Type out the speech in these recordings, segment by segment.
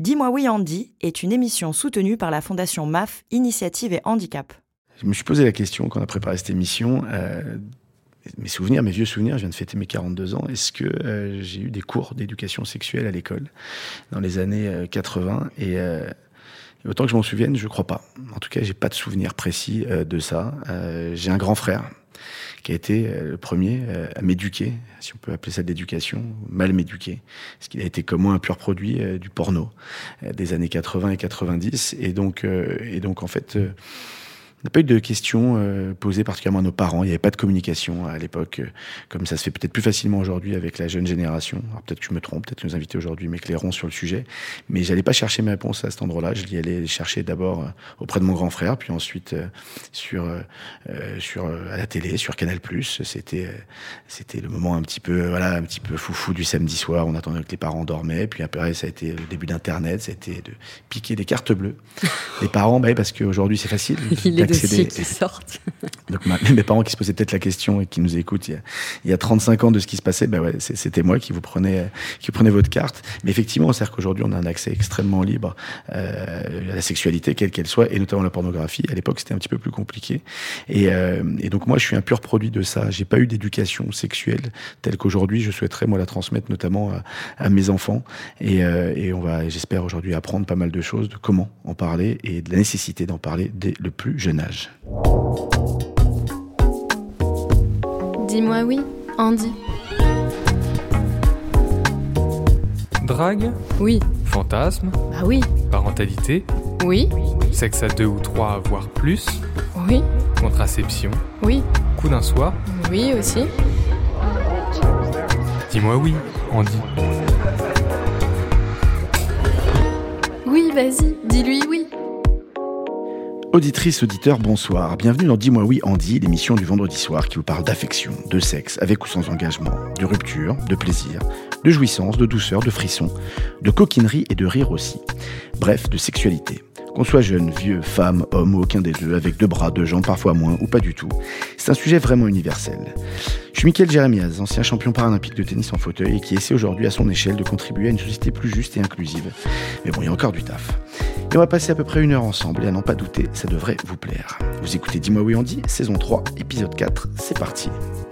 Dis-moi oui Andy est une émission soutenue par la Fondation MAF, Initiative et Handicap. Je me suis posé la question quand on a préparé cette émission, mes vieux souvenirs, je viens de fêter mes 42 ans, est-ce que j'ai eu des cours d'éducation sexuelle à l'école dans les années 80 et autant que je m'en souvienne, je crois pas. En tout cas, j'ai pas de souvenir précis de ça. J'ai un grand frère qui a été le premier à m'éduquer, si on peut appeler ça de l'éducation, mal m'éduquer, parce qu'il a été comme moi un pur produit du porno des années 80 et 90, et donc en fait, on n'a pas eu de questions posées particulièrement à nos parents. Il n'y avait pas de communication à l'époque, comme ça se fait peut-être plus facilement aujourd'hui avec la jeune génération. Alors peut-être que je me trompe, peut-être que nos invités aujourd'hui m'éclaireront sur le sujet. Mais j'allais pas chercher mes réponses à cet endroit-là. Je l'y allais chercher d'abord auprès de mon grand frère, puis ensuite à la télé, sur Canal+. C'était le moment un petit peu foufou du samedi soir. On attendait que les parents dormaient. Puis après, ça a été le début d'Internet. Ça a été de piquer des cartes bleues. Les parents, parce qu'aujourd'hui c'est facile. Dossiers qui sortent. Donc mes parents qui se posaient peut-être la question et qui nous écoutent il y a 35 ans de ce qui se passait, c'était moi qui prenais votre carte. Mais effectivement, c'est-à-dire qu'aujourd'hui on a un accès extrêmement libre à la sexualité, quelle qu'elle soit, et notamment la pornographie. À l'époque, c'était un petit peu plus compliqué. Et donc moi, je suis un pur produit de ça. J'ai pas eu d'éducation sexuelle telle qu'aujourd'hui je souhaiterais moi la transmettre, notamment à mes enfants. Et on va, j'espère aujourd'hui, apprendre pas mal de choses de comment en parler et de la nécessité d'en parler dès le plus jeune âge. Dis-moi oui, Andy. Drague ? Oui. Fantasme ? Bah oui. Parentalité ? Oui. Sexe à 2 ou 3, voire plus ? Oui. Contraception ? Oui. Coup d'un soir ? Oui aussi. Dis-moi oui, Andy. Oui, vas-y, dis-lui oui. Auditrices, auditeurs, bonsoir. Bienvenue dans Dis-moi oui Andy, l'émission du vendredi soir qui vous parle d'affection, de sexe, avec ou sans engagement, de rupture, de plaisir, de jouissance, de douceur, de frisson, de coquinerie et de rire aussi. Bref, de sexualité. Qu'on soit jeune, vieux, femme, homme ou aucun des deux, avec 2 bras, 2 jambes, parfois moins ou pas du tout, c'est un sujet vraiment universel. Je suis Mickaël Jérémiaz, ancien champion paralympique de tennis en fauteuil et qui essaie aujourd'hui à son échelle de contribuer à une société plus juste et inclusive. Mais bon, il y a encore du taf. Et on va passer à peu près 1 heure ensemble et à n'en pas douter, ça devrait vous plaire. Vous écoutez Dis-moi oui Andy, saison 3, épisode 4, c'est parti.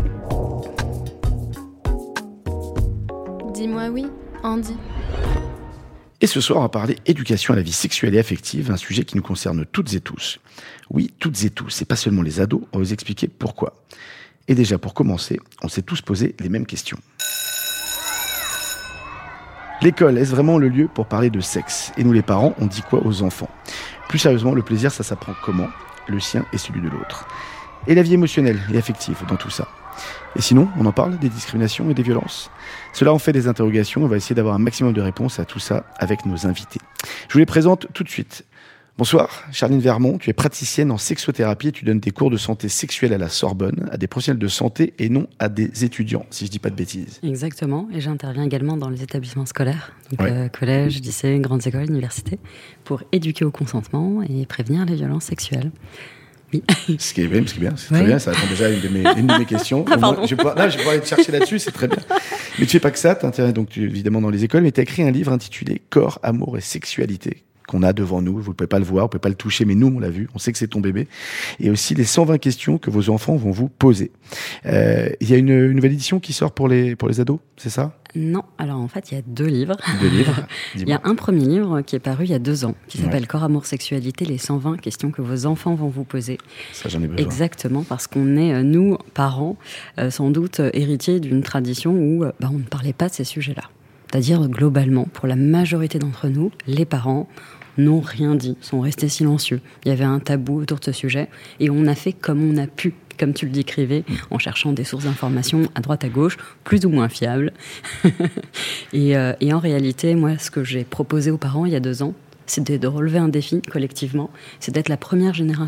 Dis-moi oui, Andy. Et ce soir, on va parler éducation à la vie sexuelle et affective, un sujet qui nous concerne toutes et tous. Oui, toutes et tous, et pas seulement les ados, on va vous expliquer pourquoi. Et déjà, pour commencer, on s'est tous posé les mêmes questions. L'école, est-ce vraiment le lieu pour parler de sexe ? Et nous, les parents, on dit quoi aux enfants ? Plus sérieusement, le plaisir, ça s'apprend comment ? Le sien et celui de l'autre. Et la vie émotionnelle et affective dans tout ça. Et sinon, on en parle des discriminations et des violences. Cela en fait des interrogations, on va essayer d'avoir un maximum de réponses à tout ça avec nos invités. Je vous les présente tout de suite. Bonsoir, Charline Vermont, tu es praticienne en sexothérapie et tu donnes des cours de santé sexuelle à la Sorbonne, à des professionnels de santé et non à des étudiants, si je dis pas de bêtises. Exactement, et j'interviens également dans les établissements scolaires, donc collège, lycée, grandes écoles, universités, pour éduquer au consentement et prévenir les violences sexuelles. Oui. Ce qui est bien, c'est très bien, ça répond déjà à une de mes questions. Pardon. Je vais pouvoir aller te chercher là-dessus, c'est très bien. Mais tu fais pas que ça, t'interviens donc évidemment dans les écoles, mais tu as écrit un livre intitulé Corps, amour et sexualité, qu'on a devant nous. Vous ne pouvez pas le voir, vous ne pouvez pas le toucher, mais nous, on l'a vu. On sait que c'est ton bébé. Et aussi les 120 questions que vos enfants vont vous poser. Il y a une nouvelle édition qui sort pour les ados, c'est ça ? Non, alors en fait, il y a 2 livres. 2 livres. Il y a un premier livre qui est paru il y a 2 ans, qui s'appelle Corps, amour, sexualité, les 120 questions que vos enfants vont vous poser. Ça, j'en ai besoin. Exactement, parce qu'on est, nous, parents, sans doute héritiers d'une tradition où on ne parlait pas de ces sujets-là. C'est-à-dire, globalement, pour la majorité d'entre nous, les parents n'ont rien dit, sont restés silencieux. Il y avait un tabou autour de ce sujet et on a fait comme on a pu, comme tu le décrivais, en cherchant des sources d'informations à droite à gauche, plus ou moins fiables. et en réalité, moi, ce que j'ai proposé aux parents il y a 2 ans, c'est de relever un défi collectivement, c'est d'être la première génération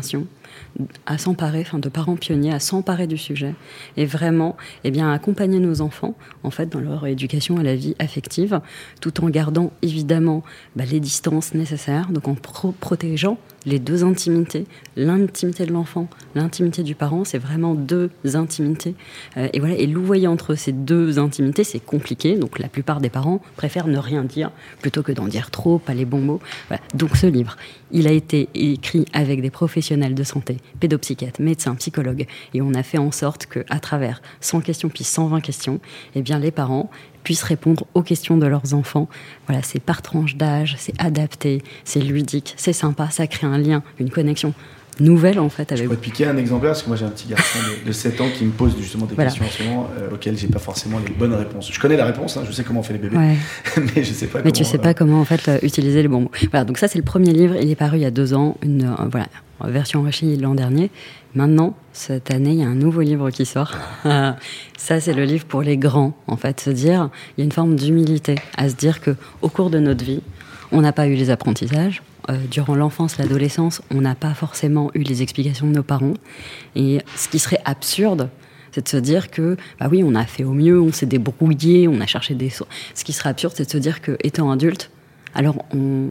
à s'emparer, de parents pionniers, à s'emparer du sujet et vraiment accompagner nos enfants en fait, dans leur éducation à la vie affective, tout en gardant évidemment les distances nécessaires, donc en protégeant les deux intimités, l'intimité de l'enfant, l'intimité du parent, c'est vraiment deux intimités. Et louvoyer entre ces deux intimités, c'est compliqué. Donc la plupart des parents préfèrent ne rien dire plutôt que d'en dire trop, pas les bons mots. Voilà. Donc ce livre, il a été écrit avec des professionnels de santé, pédopsychiatres, médecins, psychologues, et on a fait en sorte qu'à travers 100 questions puis 120 questions, les parents puissent répondre aux questions de leurs enfants. Voilà, c'est par tranche d'âge, c'est adapté, c'est ludique, c'est sympa, ça crée un lien, une connexion nouvelle en fait. Je pourrais te piquer un exemplaire parce que moi j'ai un petit garçon de 7 ans qui me pose justement des questions en ce moment auxquelles j'ai pas forcément les bonnes réponses. Je connais la réponse, je sais comment on fait les bébés, mais je sais pas. Mais tu sais pas comment en fait utiliser les bons mots. Voilà, donc ça c'est le premier livre, il est paru il y a 2 ans, une version enrichie l'an dernier. Maintenant, cette année, il y a un nouveau livre qui sort. Ça, c'est le livre pour les grands, en fait. Se dire, il y a une forme d'humilité à se dire qu'au cours de notre vie, on n'a pas eu les apprentissages. Durant l'enfance, l'adolescence, on n'a pas forcément eu les explications de nos parents. Et ce qui serait absurde, c'est de se dire que, oui, on a fait au mieux, on s'est débrouillé, on a cherché des sources. Ce qui serait absurde, c'est de se dire qu'étant adulte, alors on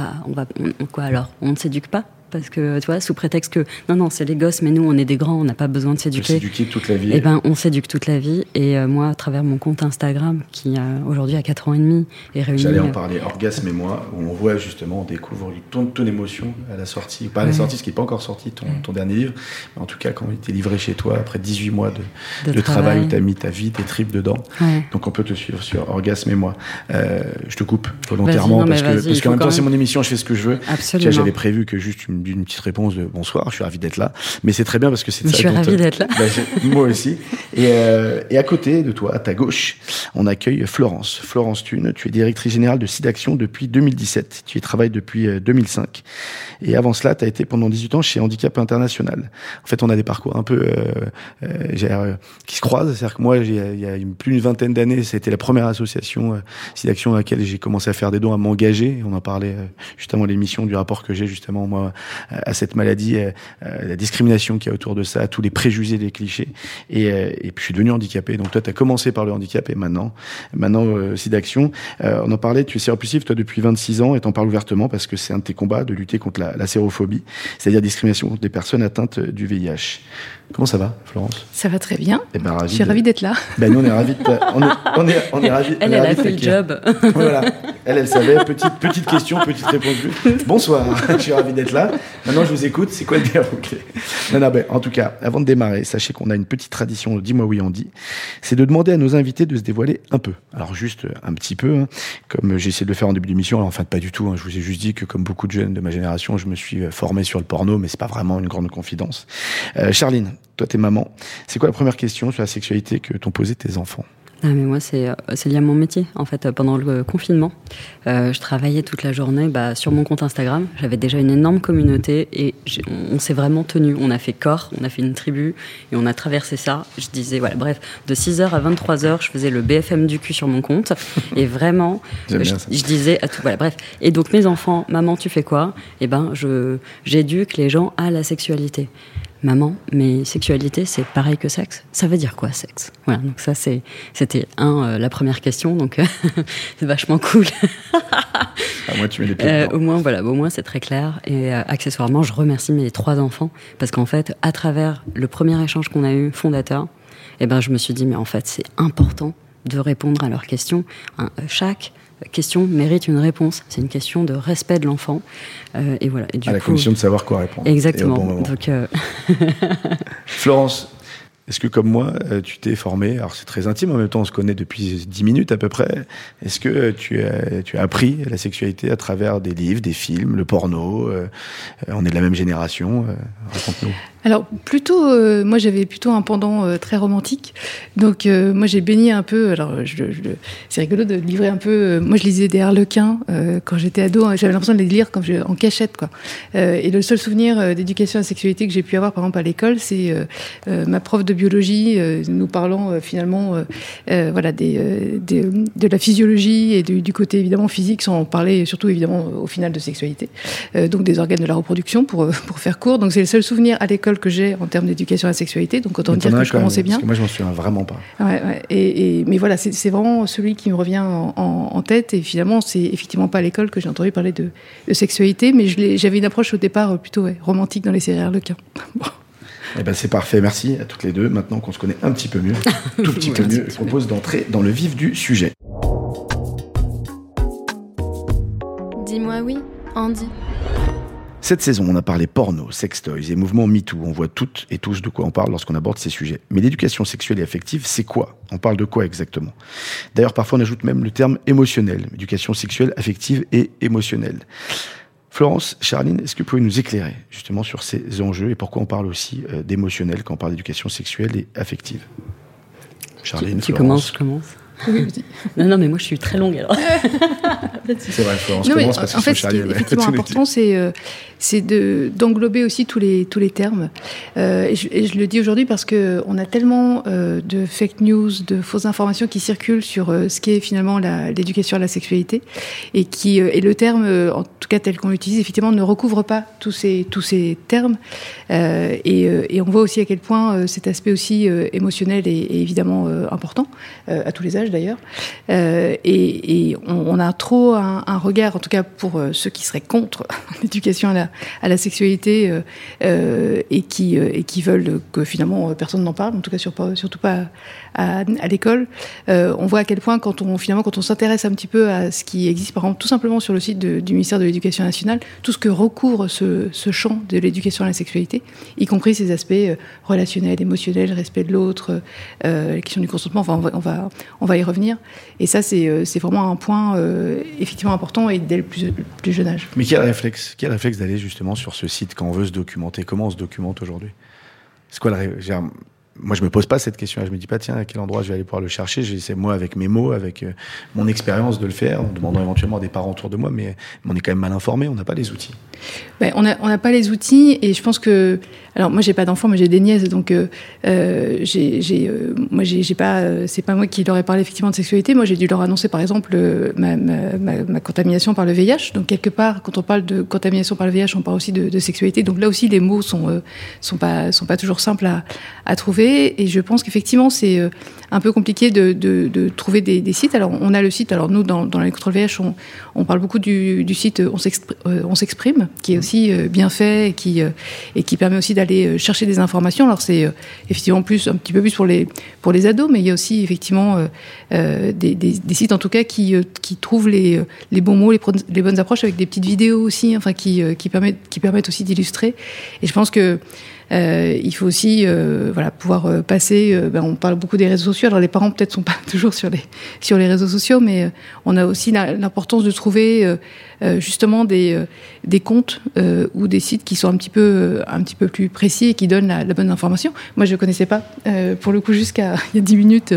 ne s'éduque pas. Parce que, tu vois, sous prétexte que, non, c'est les gosses, mais nous, on est des grands, on n'a pas besoin de s'éduquer. S'éduquer toute la vie. On s'éduque toute la vie. Et moi, à travers mon compte Instagram, qui aujourd'hui a 4 ans et demi, est réuni... J'allais en parler, Orgasme et moi, où on voit justement, on découvre ton émotion à la sortie. Pas à la sortie, ce qui n'est pas encore sorti, ton dernier livre. Mais en tout cas, quand il était livré chez toi, après 18 mois de travail, où tu as mis ta vie, tes tripes dedans. Ouais. Donc on peut te suivre sur Orgasme et moi. Je te coupe volontairement, parce qu'en même temps, c'est mon émission, je fais ce que je veux. Absolument. J'avais prévu que juste d'une petite réponse de bonsoir, je suis ravi d'être là, mais c'est très bien parce que c'est ça. Je suis ravi d'être là. Moi aussi. Et à côté de toi, à ta gauche, on accueille Florence Thune. Tu es directrice générale de SIDAction depuis 2017. Tu y travailles depuis 2005. Et avant cela, tu as été pendant 18 ans chez Handicap International. En fait, on a des parcours un peu qui se croisent. C'est-à-dire que moi, il y a plus d'une vingtaine d'années, c'était la première association SIDAction à laquelle j'ai commencé à faire des dons, à m'engager. On en parlait justement à l'émission du rapport que j'ai justement moi à cette maladie, la discrimination qu'il y a autour de ça, tous les préjugés, les clichés. Et puis je suis devenu handicapé. Donc toi, tu as commencé par le handicap et maintenant SIDAction. On en parlait, tu es séropositif toi depuis 26 ans et t'en parles ouvertement parce que c'est un de tes combats de lutter contre la sérophobie, c'est-à-dire discrimination contre des personnes atteintes du VIH. Comment ça va, Florence ? Ça va très bien. Je suis ravie d'être là. Nous, on est ravis. On est ravis. Elle a fait le job. Voilà. Elle savait. Petite question, petite réponse. Bonsoir. Je suis ravi d'être là. Maintenant, je vous écoute. C'est quoi le dialogue ? En tout cas, avant de démarrer, sachez qu'on a une petite tradition. Dis-moi oui, Andy. C'est de demander à nos invités de se dévoiler un peu. Alors juste un petit peu, comme j'ai essayé de le faire en début d'émission. Alors, en fait, pas du tout. Je vous ai juste dit que, comme beaucoup de jeunes de ma génération, je me suis formé sur le porno, mais c'est pas vraiment une grande confidence. Charline, toi, t'es maman. C'est quoi la première question sur la sexualité que t'ont posé tes enfants ? Mais moi, c'est lié à mon métier. En fait, pendant le confinement, je travaillais toute la journée sur mon compte Instagram. J'avais déjà une énorme communauté et on s'est vraiment tenu. On a fait corps, on a fait une tribu et on a traversé ça. Je disais, de 6h à 23h, je faisais le BFM du cul sur mon compte. Et vraiment, je disais à tout. Et donc, mes enfants, maman, tu fais quoi ? J'éduque les gens à la sexualité. Maman, mais sexualité, c'est pareil que sexe ? Ça veut dire quoi, sexe ? Voilà, donc ça, c'était la première question, donc c'est vachement cool. Moi, tu mets les pieds au moins, c'est très clair. Et accessoirement, je remercie mes 3 enfants, parce qu'en fait, à travers le premier échange qu'on a eu, fondateur, je me suis dit, mais en fait, c'est important de répondre à leurs questions. Chaque question mérite une réponse. C'est une question de respect de l'enfant. Et voilà. Et à la condition de savoir quoi répondre. Exactement. Et au bon moment. Donc, Florence, est-ce que comme moi, tu t'es formée ? Alors c'est très intime, en même temps on se connaît depuis 10 minutes à peu près. Est-ce que tu as appris la sexualité à travers des livres, des films, le porno ? On est de la même génération. Raconte-nous. Alors plutôt, moi j'avais plutôt un pendant très romantique. Donc moi j'ai baigné un peu. Alors c'est rigolo de livrer un peu. Moi je lisais des Harlequins quand j'étais ado. J'avais l'impression de les lire en cachette, quoi. Et le seul souvenir d'éducation à la sexualité que j'ai pu avoir, par exemple à l'école, c'est ma prof de biologie nous parlant finalement, voilà, de la physiologie et du côté évidemment physique, sans parler surtout évidemment au final de sexualité. Donc des organes de la reproduction pour faire court. Donc c'est le seul souvenir à l'école que j'ai en termes d'éducation à la sexualité, donc autant dire que je commençais bien. Parce que moi je m'en souviens vraiment pas. Ouais. Mais voilà, c'est vraiment celui qui me revient en tête, et finalement c'est effectivement pas à l'école que j'ai entendu parler de sexualité, mais j'avais une approche au départ plutôt romantique dans les séries Harlequins. Bon. Eh ben c'est parfait, merci à toutes les deux. Maintenant qu'on se connaît un petit peu mieux, tout petit peu mieux, je propose d'entrer dans le vif du sujet. Dis-moi oui, Andy. Cette saison, on a parlé porno, sextoys et mouvement MeToo. On voit toutes et tous de quoi on parle lorsqu'on aborde ces sujets. Mais l'éducation sexuelle et affective, c'est quoi ? On parle de quoi exactement ? D'ailleurs, parfois on ajoute même le terme émotionnel. Éducation sexuelle, affective et émotionnelle. Florence, Charline, est-ce que vous pouvez nous éclairer justement sur ces enjeux et pourquoi on parle aussi d'émotionnel quand on parle d'éducation sexuelle et affective ? Charline, tu commences, je commence. Oui, non, mais moi je suis très longue alors. C'est vrai, Florence commence parce que en fait, ce qui est effectivement important, c'est d'englober aussi tous les termes. Et je le dis aujourd'hui parce que on a tellement de fake news, de fausses informations qui circulent sur ce qu'est finalement l'éducation à la sexualité, et le terme, en tout cas tel qu'on l'utilise, effectivement ne recouvre pas tous ces termes. Et on voit aussi à quel point cet aspect aussi émotionnel est évidemment important à tous les âges d'ailleurs. Et on a trop un regard, en tout cas pour ceux qui seraient contre l'éducation à la sexualité et qui veulent que finalement personne n'en parle, en tout cas surtout pas à l'école. On voit à quel point quand on s'intéresse un petit peu à ce qui existe, par exemple tout simplement sur le site du ministère de l'Éducation nationale, tout ce que recouvre ce champ de l'éducation à la sexualité, y compris ces aspects relationnels, émotionnels, respect de l'autre, la question du consentement, enfin on va y revenir. Et ça c'est vraiment un point effectivement important et dès le plus jeune âge. Mais quel réflexe d'aller justement sur ce site quand on veut se documenter ? Comment on se documente aujourd'hui ? C'est quoi moi, je me pose pas cette question. Je me dis pas, tiens, à quel endroit je vais aller pouvoir le chercher. J'essaie, moi, avec mes mots, avec mon expérience, de le faire, en demandant éventuellement à des parents autour de moi. Mais on est quand même mal informés. On n'a pas les outils. Ben, on n'a pas les outils, et je pense que, alors moi j'ai pas d'enfants, mais j'ai des nièces, donc moi j'ai pas, c'est pas moi qui leur ai parlé effectivement de sexualité. Moi j'ai dû leur annoncer par exemple ma contamination par le VIH. Donc quelque part, quand on parle de contamination par le VIH, on parle aussi de sexualité. Donc là aussi les mots sont pas toujours simples à trouver, et je pense qu'effectivement c'est un peu compliqué de trouver des sites. Alors on a le site, alors nous dans la lutte contre le VIH, on parle beaucoup du site On s'exprime, qui est aussi bien fait et qui permet aussi d'aller chercher des informations. Alors c'est effectivement un petit peu plus pour les ados, mais il y a aussi effectivement des sites en tout cas qui trouvent les bons mots, les bonnes approches, avec des petites vidéos aussi, enfin qui permettent aussi d'illustrer. Et je pense que il faut aussi pouvoir passer. On parle beaucoup des réseaux sociaux. Alors les parents peut-être sont pas toujours sur les réseaux sociaux, mais on a aussi l'importance de trouver justement des comptes ou des sites qui sont un petit peu plus précis et qui donnent la bonne information. Moi je connaissais pas pour le coup jusqu'à il y a 10 minutes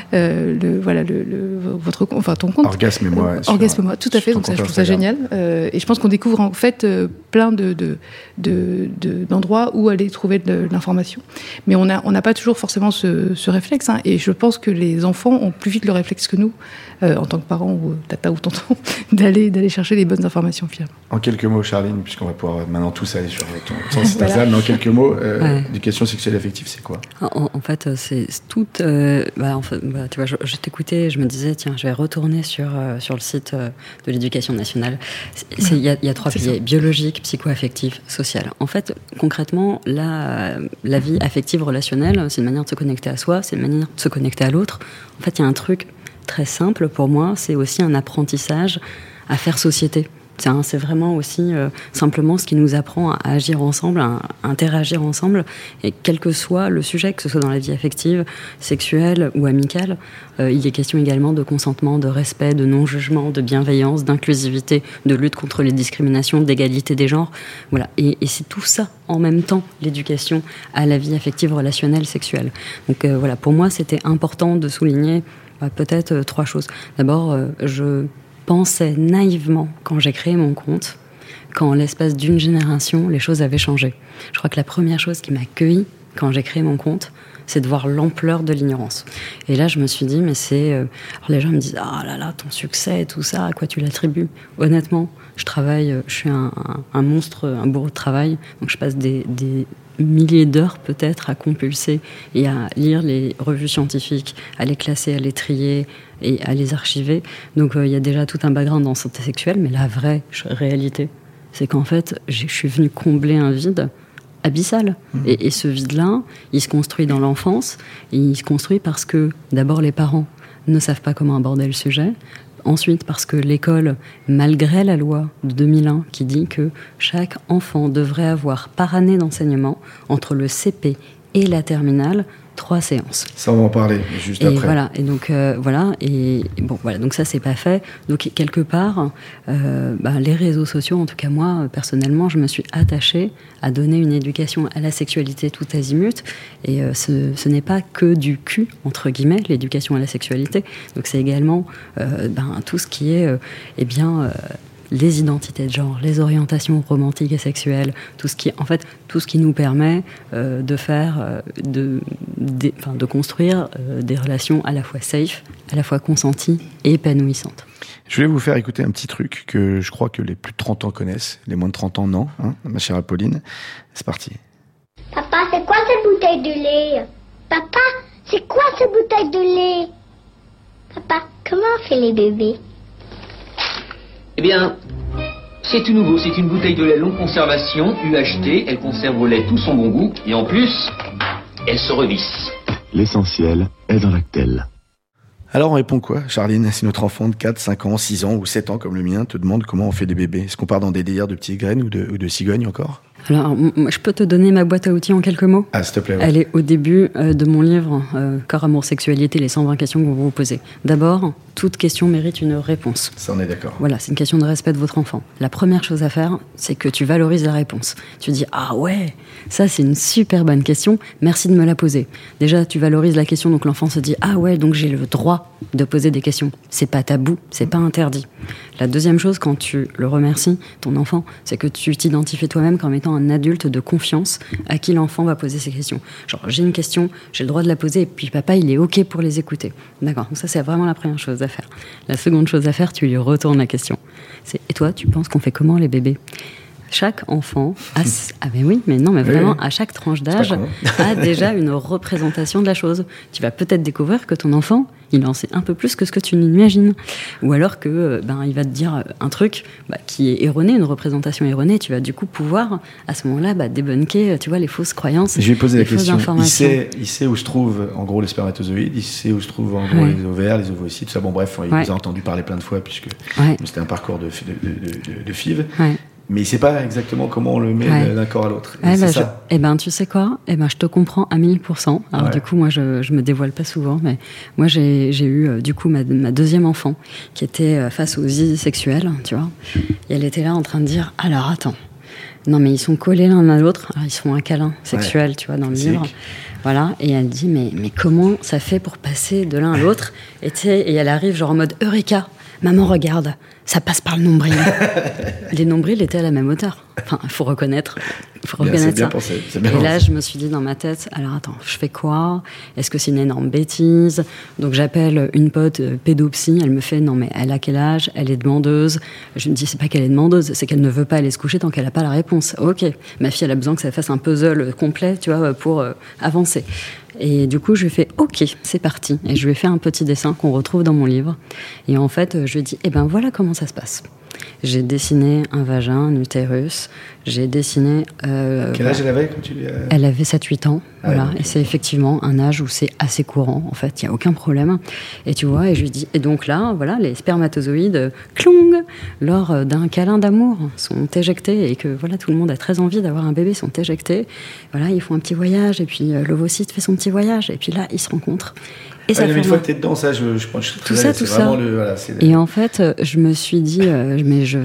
ton compte. Orgasme et moi. Orgasme et moi, tout à fait. Donc ça, je trouve ça génial. Et je pense qu'on découvre en fait plein d'endroits où aller trouver de l'information. Mais on n'a pas toujours forcément ce réflexe, hein. Et je pense que les enfants ont plus vite le réflexe que nous, en tant que parents ou tata ou tonton, d'aller chercher les bonnes informations finalement. En quelques mots, Charline, puisqu'on va pouvoir maintenant tous aller sur ton site Instagram, mais en quelques mots, l'éducation sexuelle et affective, c'est quoi ? En fait, c'est tout. Tu vois, je t'écoutais, je me disais, tiens, je vais retourner sur le site de l'Éducation nationale. Il y a 3 piliers: biologique, psycho-affectif, social. En fait, concrètement, la vie affective relationnelle, c'est une manière de se connecter à soi, c'est une manière de se connecter à l'autre. En fait, il y a un truc très simple pour moi, c'est aussi un apprentissage à faire société. C'est vraiment aussi simplement ce qui nous apprend à agir ensemble, à interagir ensemble, et quel que soit le sujet, que ce soit dans la vie affective, sexuelle ou amicale, il est question également de consentement, de respect, de non-jugement, de bienveillance, d'inclusivité, de lutte contre les discriminations, d'égalité des genres. Voilà. Et c'est tout ça en même temps, l'éducation à la vie affective, relationnelle, sexuelle. Donc voilà, pour moi, c'était important de souligner peut-être 3 choses. D'abord, je pensais naïvement, quand j'ai créé mon compte, qu'en l'espace d'une génération, les choses avaient changé. Je crois que la première chose qui m'a accueillie quand j'ai créé mon compte, c'est de voir l'ampleur de l'ignorance. Et là, je me suis dit, mais c'est... Alors les gens me disent, ah là là, ton succès, tout ça, à quoi tu l'attribues ? Honnêtement, je suis un monstre, un bourreau de travail, donc je passe des milliers d'heures peut-être à compulser et à lire les revues scientifiques, à les classer, à les trier et à les archiver. Donc il y a déjà tout un background en santé sexuelle, mais la vraie réalité, c'est qu'en fait, je suis venue combler un vide abyssal. Et ce vide-là, il se construit dans l'enfance, et il se construit parce que, d'abord, les parents ne savent pas comment aborder le sujet. Ensuite, parce que l'école, malgré la loi de 2001 qui dit que chaque enfant devrait avoir par année d'enseignement, entre le CP et la terminale, 3 séances. Ça, on va en parler juste après. Voilà. Et donc, donc ça, c'est pas fait. Donc, quelque part, les réseaux sociaux, en tout cas moi, personnellement, je me suis attachée à donner une éducation à la sexualité tout azimut. Et ce n'est pas que du cul, entre guillemets, l'éducation à la sexualité. Donc, c'est également tout ce qui est, les identités de genre, les orientations romantiques et sexuelles, tout ce qui nous permet de faire, de construire des relations à la fois safe, à la fois consenties et épanouissantes. Je voulais vous faire écouter un petit truc que je crois que les plus de 30 ans connaissent, les moins de 30 ans non, hein, ma chère Apolline. C'est parti. Papa, c'est quoi cette bouteille de lait ? Papa, c'est quoi cette bouteille de lait ? Papa, comment on fait les bébés ? Eh bien, c'est tout nouveau, c'est une bouteille de lait longue conservation, UHT, elle conserve au lait tout son bon goût, et en plus, elle se revisse. L'essentiel est dans Lactel. Alors on répond quoi, Charline, si notre enfant de 4, 5 ans, 6 ans ou 7 ans comme le mien te demande comment on fait des bébés ? Est-ce qu'on part dans des délires de petites graines ou de cigognes encore ? Alors, je peux te donner ma boîte à outils en quelques mots ? Ah, s'il te plaît. Ouais. Elle est au début de mon livre Corps, amour, sexualité, les 120 questions que vous vous posez. D'abord, toute question mérite une réponse. Ça, on est d'accord. Voilà, c'est une question de respect de votre enfant. La première chose à faire, c'est que tu valorises la réponse. Tu dis, ah ouais, ça c'est une super bonne question, merci de me la poser. Déjà, tu valorises la question, donc l'enfant se dit, ah ouais, donc j'ai le droit de poser des questions. C'est pas tabou, c'est pas interdit. La deuxième chose, quand tu le remercies, ton enfant, c'est que tu t'identifies toi-même comme étant un adulte de confiance à qui l'enfant va poser ses questions. Genre, j'ai une question, j'ai le droit de la poser, et puis papa, il est OK pour les écouter. D'accord, donc ça, c'est vraiment la première chose à faire. La seconde chose à faire, tu lui retournes la question. C'est, et toi, tu penses qu'on fait comment les bébés ? Chaque enfant a... Ah mais oui, mais non, mais vraiment, à chaque tranche d'âge, a déjà une représentation de la chose. Tu vas peut-être découvrir que ton enfant, il en sait un peu plus que ce que tu n'imagines. Ou alors que, il va te dire un truc qui est erroné, une représentation erronée. Tu vas du coup pouvoir, à ce moment-là, débunker, tu vois, les fausses croyances. Je vais poser la question. Il sait où se trouvent, en gros, les spermatozoïdes. Il sait où se trouvent, en gros, les ovaires, les ovocytes, tout ça. Bon, bref, il nous a entendu parler plein de fois, puisque c'était un parcours de FIV. Ouais. Mais il ne sait pas exactement comment on le met d'un corps à l'autre. C'est ça. Tu sais quoi ? Je te comprends à 1000%. Alors du coup, moi, je me dévoile pas souvent, mais moi, j'ai eu du coup ma deuxième enfant qui était face aux zizi sexuels, tu vois. Et elle était là en train de dire, alors attends, non mais ils sont collés l'un à l'autre, alors, ils se font un câlin sexuel, tu vois, dans le livre. Voilà, et elle dit, mais comment ça fait pour passer de l'un à l'autre ? Et elle arrive genre en mode Eureka, maman regarde, ça passe par le nombril. Les nombrils étaient à la même hauteur. Enfin, il faut reconnaître c'est bien ça. Pensé, c'est bien et là, je me suis dit dans ma tête, alors attends, je fais quoi ? Est-ce que c'est une énorme bêtise ? Donc j'appelle une pote pédopsie, elle me fait, non mais elle a quel âge ? Elle est demandeuse. Je me dis, c'est pas qu'elle est demandeuse, c'est qu'elle ne veut pas aller se coucher tant qu'elle n'a pas la réponse. Ok, ma fille, elle a besoin que ça fasse un puzzle complet, tu vois, pour avancer. Et du coup, je lui ai fait, ok, c'est parti. Et je lui ai fait un petit dessin qu'on retrouve dans mon livre. Et en fait, je lui ai dit, voilà comment ça se passe. J'ai dessiné un vagin, un utérus. J'ai dessiné... Quel âge elle avait quand tu... Elle avait 7-8 ans, voilà. Donc, et c'est effectivement un âge où c'est assez courant, en fait, il n'y a aucun problème. Et tu vois, et je lui dis... Et donc là, voilà, les spermatozoïdes, clong, lors d'un câlin d'amour, sont éjectés, et que voilà, tout le monde a très envie d'avoir un bébé, sont éjectés. Voilà, ils font un petit voyage, et puis l'ovocyte fait son petit voyage, et puis là, ils se rencontrent. Et ça une fois que tu es dedans, ça, je pense que je suis très tout ça. Et en fait, je me suis dit, mais je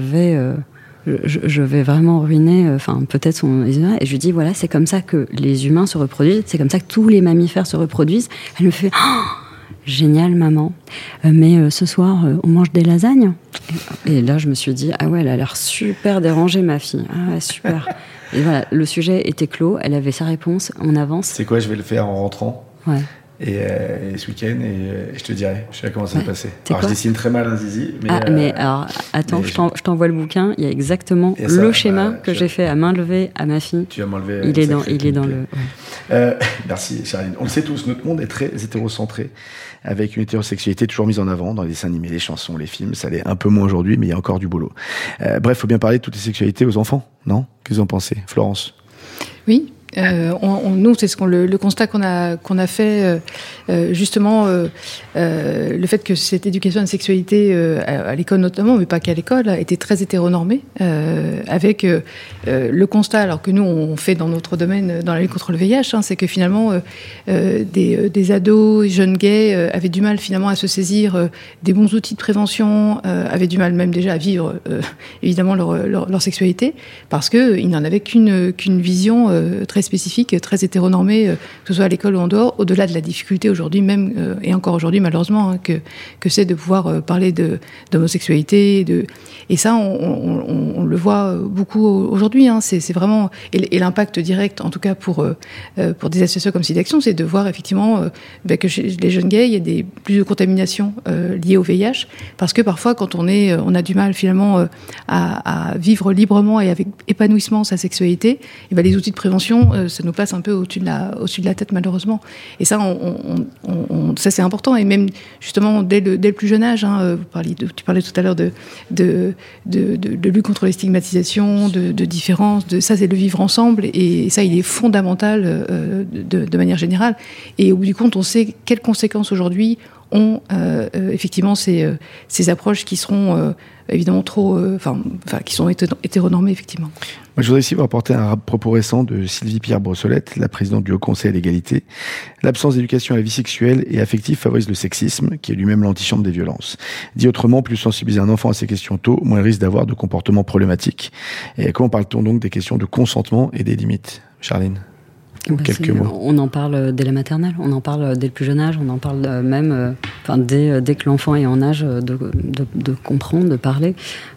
vais vraiment ruiner, peut-être son... Et je lui dis, voilà, c'est comme ça que les humains se reproduisent, c'est comme ça que tous les mammifères se reproduisent. Elle me fait, génial, maman, mais ce soir, on mange des lasagnes. Et là, je me suis dit, ah ouais, elle a l'air super dérangée, ma fille. Ah ouais, super. Et voilà, le sujet était clos, elle avait sa réponse, on avance. C'est quoi, je vais le faire en rentrant. Ouais. Et ce week-end, et je te dirai, je sais comment ça va passer. Alors, je quoi dessine très mal un zizi. Mais alors, attends, je t'envoie le bouquin, il y a exactement le schéma que j'ai fait à main levée à ma fille. Tu vas m'enlever. Il est dans le... Ouais. Merci, Charline. On le sait tous, notre monde est très hétérocentré, avec une hétérosexualité toujours mise en avant dans les dessins animés, les chansons, les films. Ça l'est un peu moins aujourd'hui, mais il y a encore du boulot. Bref, il faut bien parler de toutes les sexualités aux enfants, non ? Qu'est-ce que vous en pensez, Florence ? Oui. Nous, c'est le constat qu'on a fait, justement, le fait que cette éducation à la sexualité, à l'école notamment, mais pas qu'à l'école, a été très hétéronormée, avec le constat, alors que nous, on fait dans notre domaine, dans la lutte contre le VIH, c'est que finalement, des ados, jeunes gays, avaient du mal finalement à se saisir des bons outils de prévention, avaient du mal même déjà à vivre, évidemment, leur sexualité, parce qu'ils n'en avaient qu'une vision très spécifique, très hétéronormée, que ce soit à l'école ou en dehors, au-delà de la difficulté aujourd'hui même, et encore aujourd'hui malheureusement, que c'est de pouvoir parler d'homosexualité, et ça on le voit beaucoup aujourd'hui, c'est vraiment, et l'impact direct, en tout cas pour des associations comme SIDAction, c'est de voir effectivement que chez les jeunes gays, il y a plus de contamination liées au VIH, parce que parfois quand on a du mal finalement à vivre librement et avec épanouissement sa sexualité, et les outils de prévention, ça nous passe un peu au-dessus de la tête malheureusement. Et ça, ça c'est important. Et même justement dès le plus jeune âge, tu parlais tout à l'heure de lutte contre les stigmatisations, de différences, ça c'est le vivre ensemble. Et ça, il est fondamental de manière générale. Et au bout du compte, on sait quelles conséquences aujourd'hui ont effectivement ces approches qui seront évidemment qui sont hétéronormées effectivement. Moi, je voudrais ici vous rapporter un propos récent de Sylvie Pierre Brossolette, la présidente du Haut Conseil à l'égalité. L'absence d'éducation à la vie sexuelle et affective favorise le sexisme, qui est lui-même l'antichambre des violences. Dit autrement, plus sensibiliser un enfant à ces questions tôt, moins il risque d'avoir de comportements problématiques. Et comment parle-t-on donc des questions de consentement et des limites, Charline ? Quelques mots. On en parle dès la maternelle, on en parle dès le plus jeune âge, on en parle même dès que l'enfant est en âge de comprendre, de parler.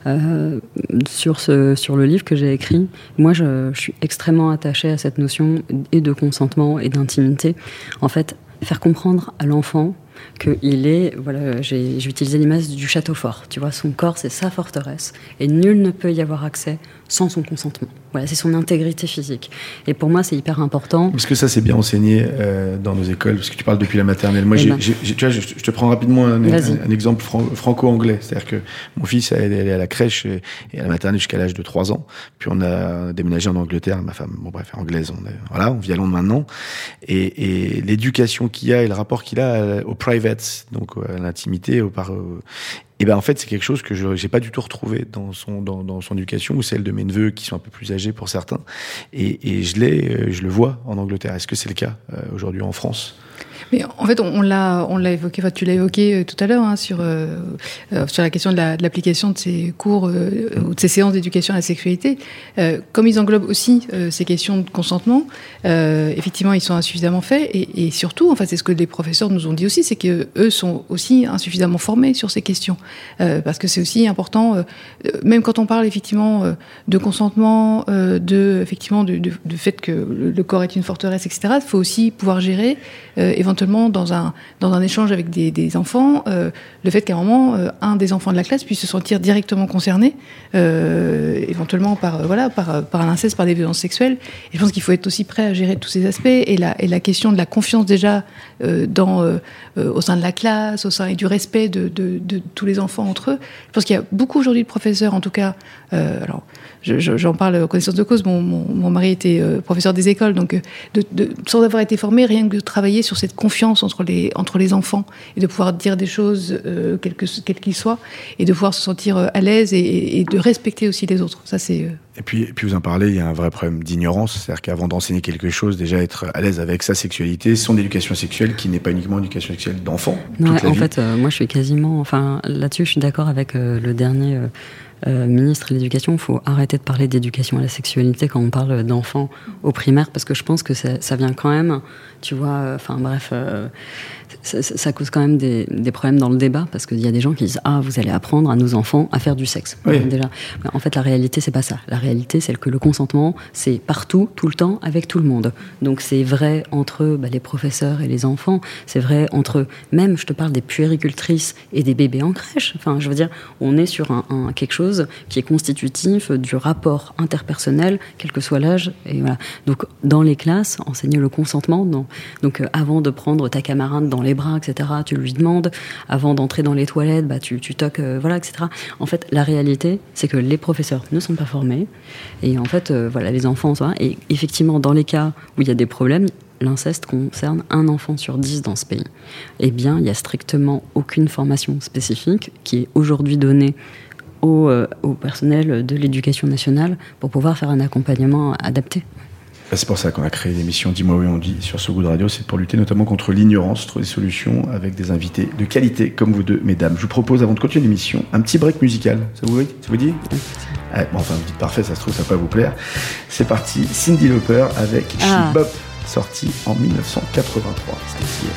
Sur le livre que j'ai écrit, moi je suis extrêmement attachée à cette notion et de consentement et d'intimité. En fait, faire comprendre à l'enfant qu'il est, voilà, j'ai utilisé l'image du château fort, tu vois, son corps c'est sa forteresse et nul ne peut y avoir accès sans son consentement. Voilà, c'est son intégrité physique. Et pour moi, c'est hyper important. Est-ce que ça, c'est bien enseigné dans nos écoles ? Parce que tu parles depuis la maternelle. Moi, tu vois, je te prends rapidement un exemple franco-anglais. C'est-à-dire que mon fils, elle est à la crèche et à la maternelle jusqu'à l'âge de 3 ans. Puis on a déménagé en Angleterre. Ma femme, anglaise. On vit à Londres maintenant. Et l'éducation qu'il y a et le rapport qu'il a au private, donc à l'intimité, et en fait, c'est quelque chose que j'ai pas du tout retrouvé dans son éducation, ou celle de mes neveux qui sont un peu plus âgés pour certains. Et je le vois en Angleterre. Est-ce que c'est le cas aujourd'hui en France ? Mais en fait, on l'a évoqué, tu l'as évoqué tout à l'heure, sur la question de l'application de ces cours ou de ces séances d'éducation à la sexualité. Comme ils englobent aussi ces questions de consentement, effectivement, ils sont insuffisamment faits. Et surtout, c'est ce que les professeurs nous ont dit aussi, c'est qu'eux sont aussi insuffisamment formés sur ces questions. Parce que c'est aussi important, même quand on parle effectivement de consentement, de fait que le corps est une forteresse, etc., il faut aussi pouvoir gérer éventuellement dans un échange avec des enfants, le fait qu'à un moment, un des enfants de la classe puisse se sentir directement concerné éventuellement par l'inceste, par des violences sexuelles. Et je pense qu'il faut être aussi prêt à gérer tous ces aspects. Et la question de la confiance déjà au sein de la classe, et du respect de tous les enfants entre eux. Je pense qu'il y a beaucoup aujourd'hui de professeurs, en tout cas. Alors, j'en parle en connaissance de cause. Mon mari était professeur des écoles, donc sans avoir été formé, rien que de travailler sur cette confiance entre les enfants et de pouvoir dire des choses, quels qu'ils soient, et de pouvoir se sentir à l'aise et de respecter aussi les autres. Ça, c'est... Et puis vous en parlez, il y a un vrai problème d'ignorance, c'est-à-dire qu'avant d'enseigner quelque chose, déjà être à l'aise avec sa sexualité, son éducation sexuelle, qui n'est pas uniquement une éducation sexuelle d'enfant. Non, en fait, moi je suis quasiment... Enfin, là-dessus, je suis d'accord avec le dernier... ministre de l'Éducation, il faut arrêter de parler d'éducation à la sexualité quand on parle d'enfants au primaire, parce que je pense que ça vient quand même, tu vois, ça cause quand même des problèmes dans le débat, parce qu'il y a des gens qui disent « Ah, vous allez apprendre à nos enfants à faire du sexe. » Oui. Déjà. En fait, la réalité, c'est pas ça. La réalité, c'est que le consentement, c'est partout, tout le temps, avec tout le monde. Donc c'est vrai entre les professeurs et les enfants, c'est vrai entre, même, je te parle des puéricultrices et des bébés en crèche. Enfin, je veux dire, on est sur quelque chose qui est constitutif du rapport interpersonnel, quel que soit l'âge. Et voilà. Donc, dans les classes, enseigner le consentement. Donc, avant de prendre ta camarade dans les bras, etc., tu lui demandes. Avant d'entrer dans les toilettes, tu toques, etc. En fait, la réalité, c'est que les professeurs ne sont pas formés. Et en fait, les enfants, et effectivement, dans les cas où il y a des problèmes, l'inceste concerne 1 enfant sur 10 dans ce pays. Eh bien, il n'y a strictement aucune formation spécifique qui est aujourd'hui donnée au personnel de l'éducation nationale pour pouvoir faire un accompagnement adapté. C'est pour ça qu'on a créé l'émission Dis-moi oui on dit sur So Good Radio, c'est pour lutter notamment contre l'ignorance, trouver des solutions avec des invités de qualité comme vous deux, mesdames. Je vous propose, avant de continuer l'émission, un petit break musical. Ça vous dit vous dites parfait, ça se trouve, ça va pas vous plaire. C'est parti, Cyndi Lauper avec She Bop, sorti en 1983. C'était hier.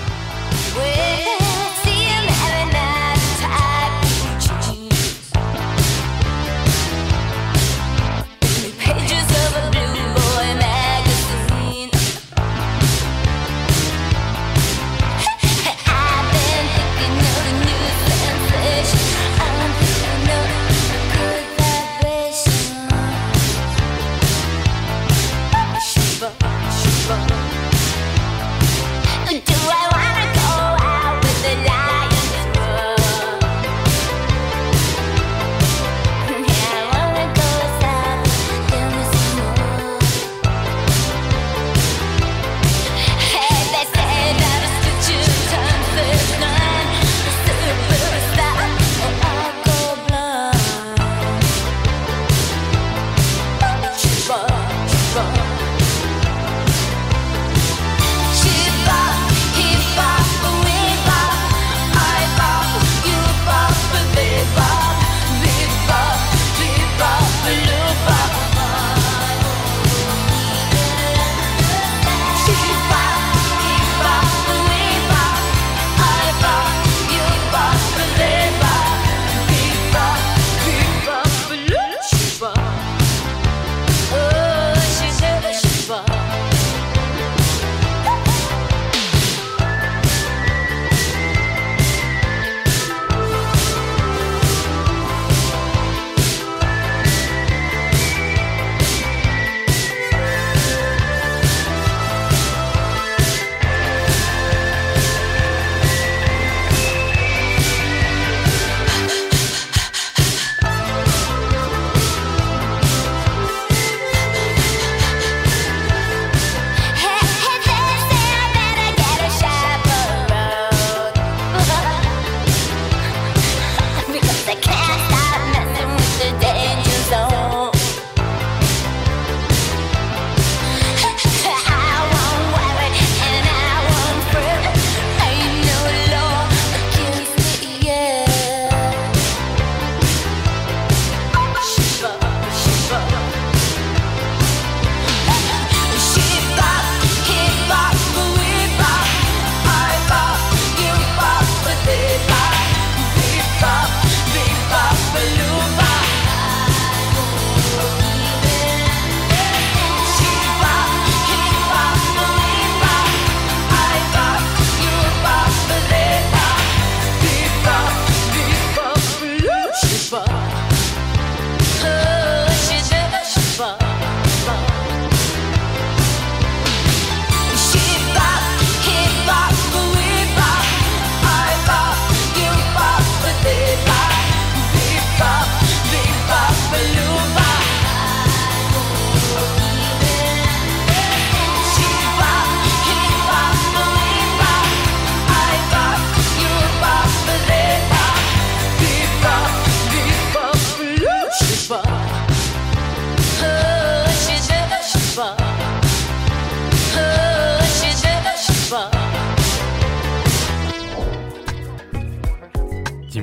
Do I wanna go out?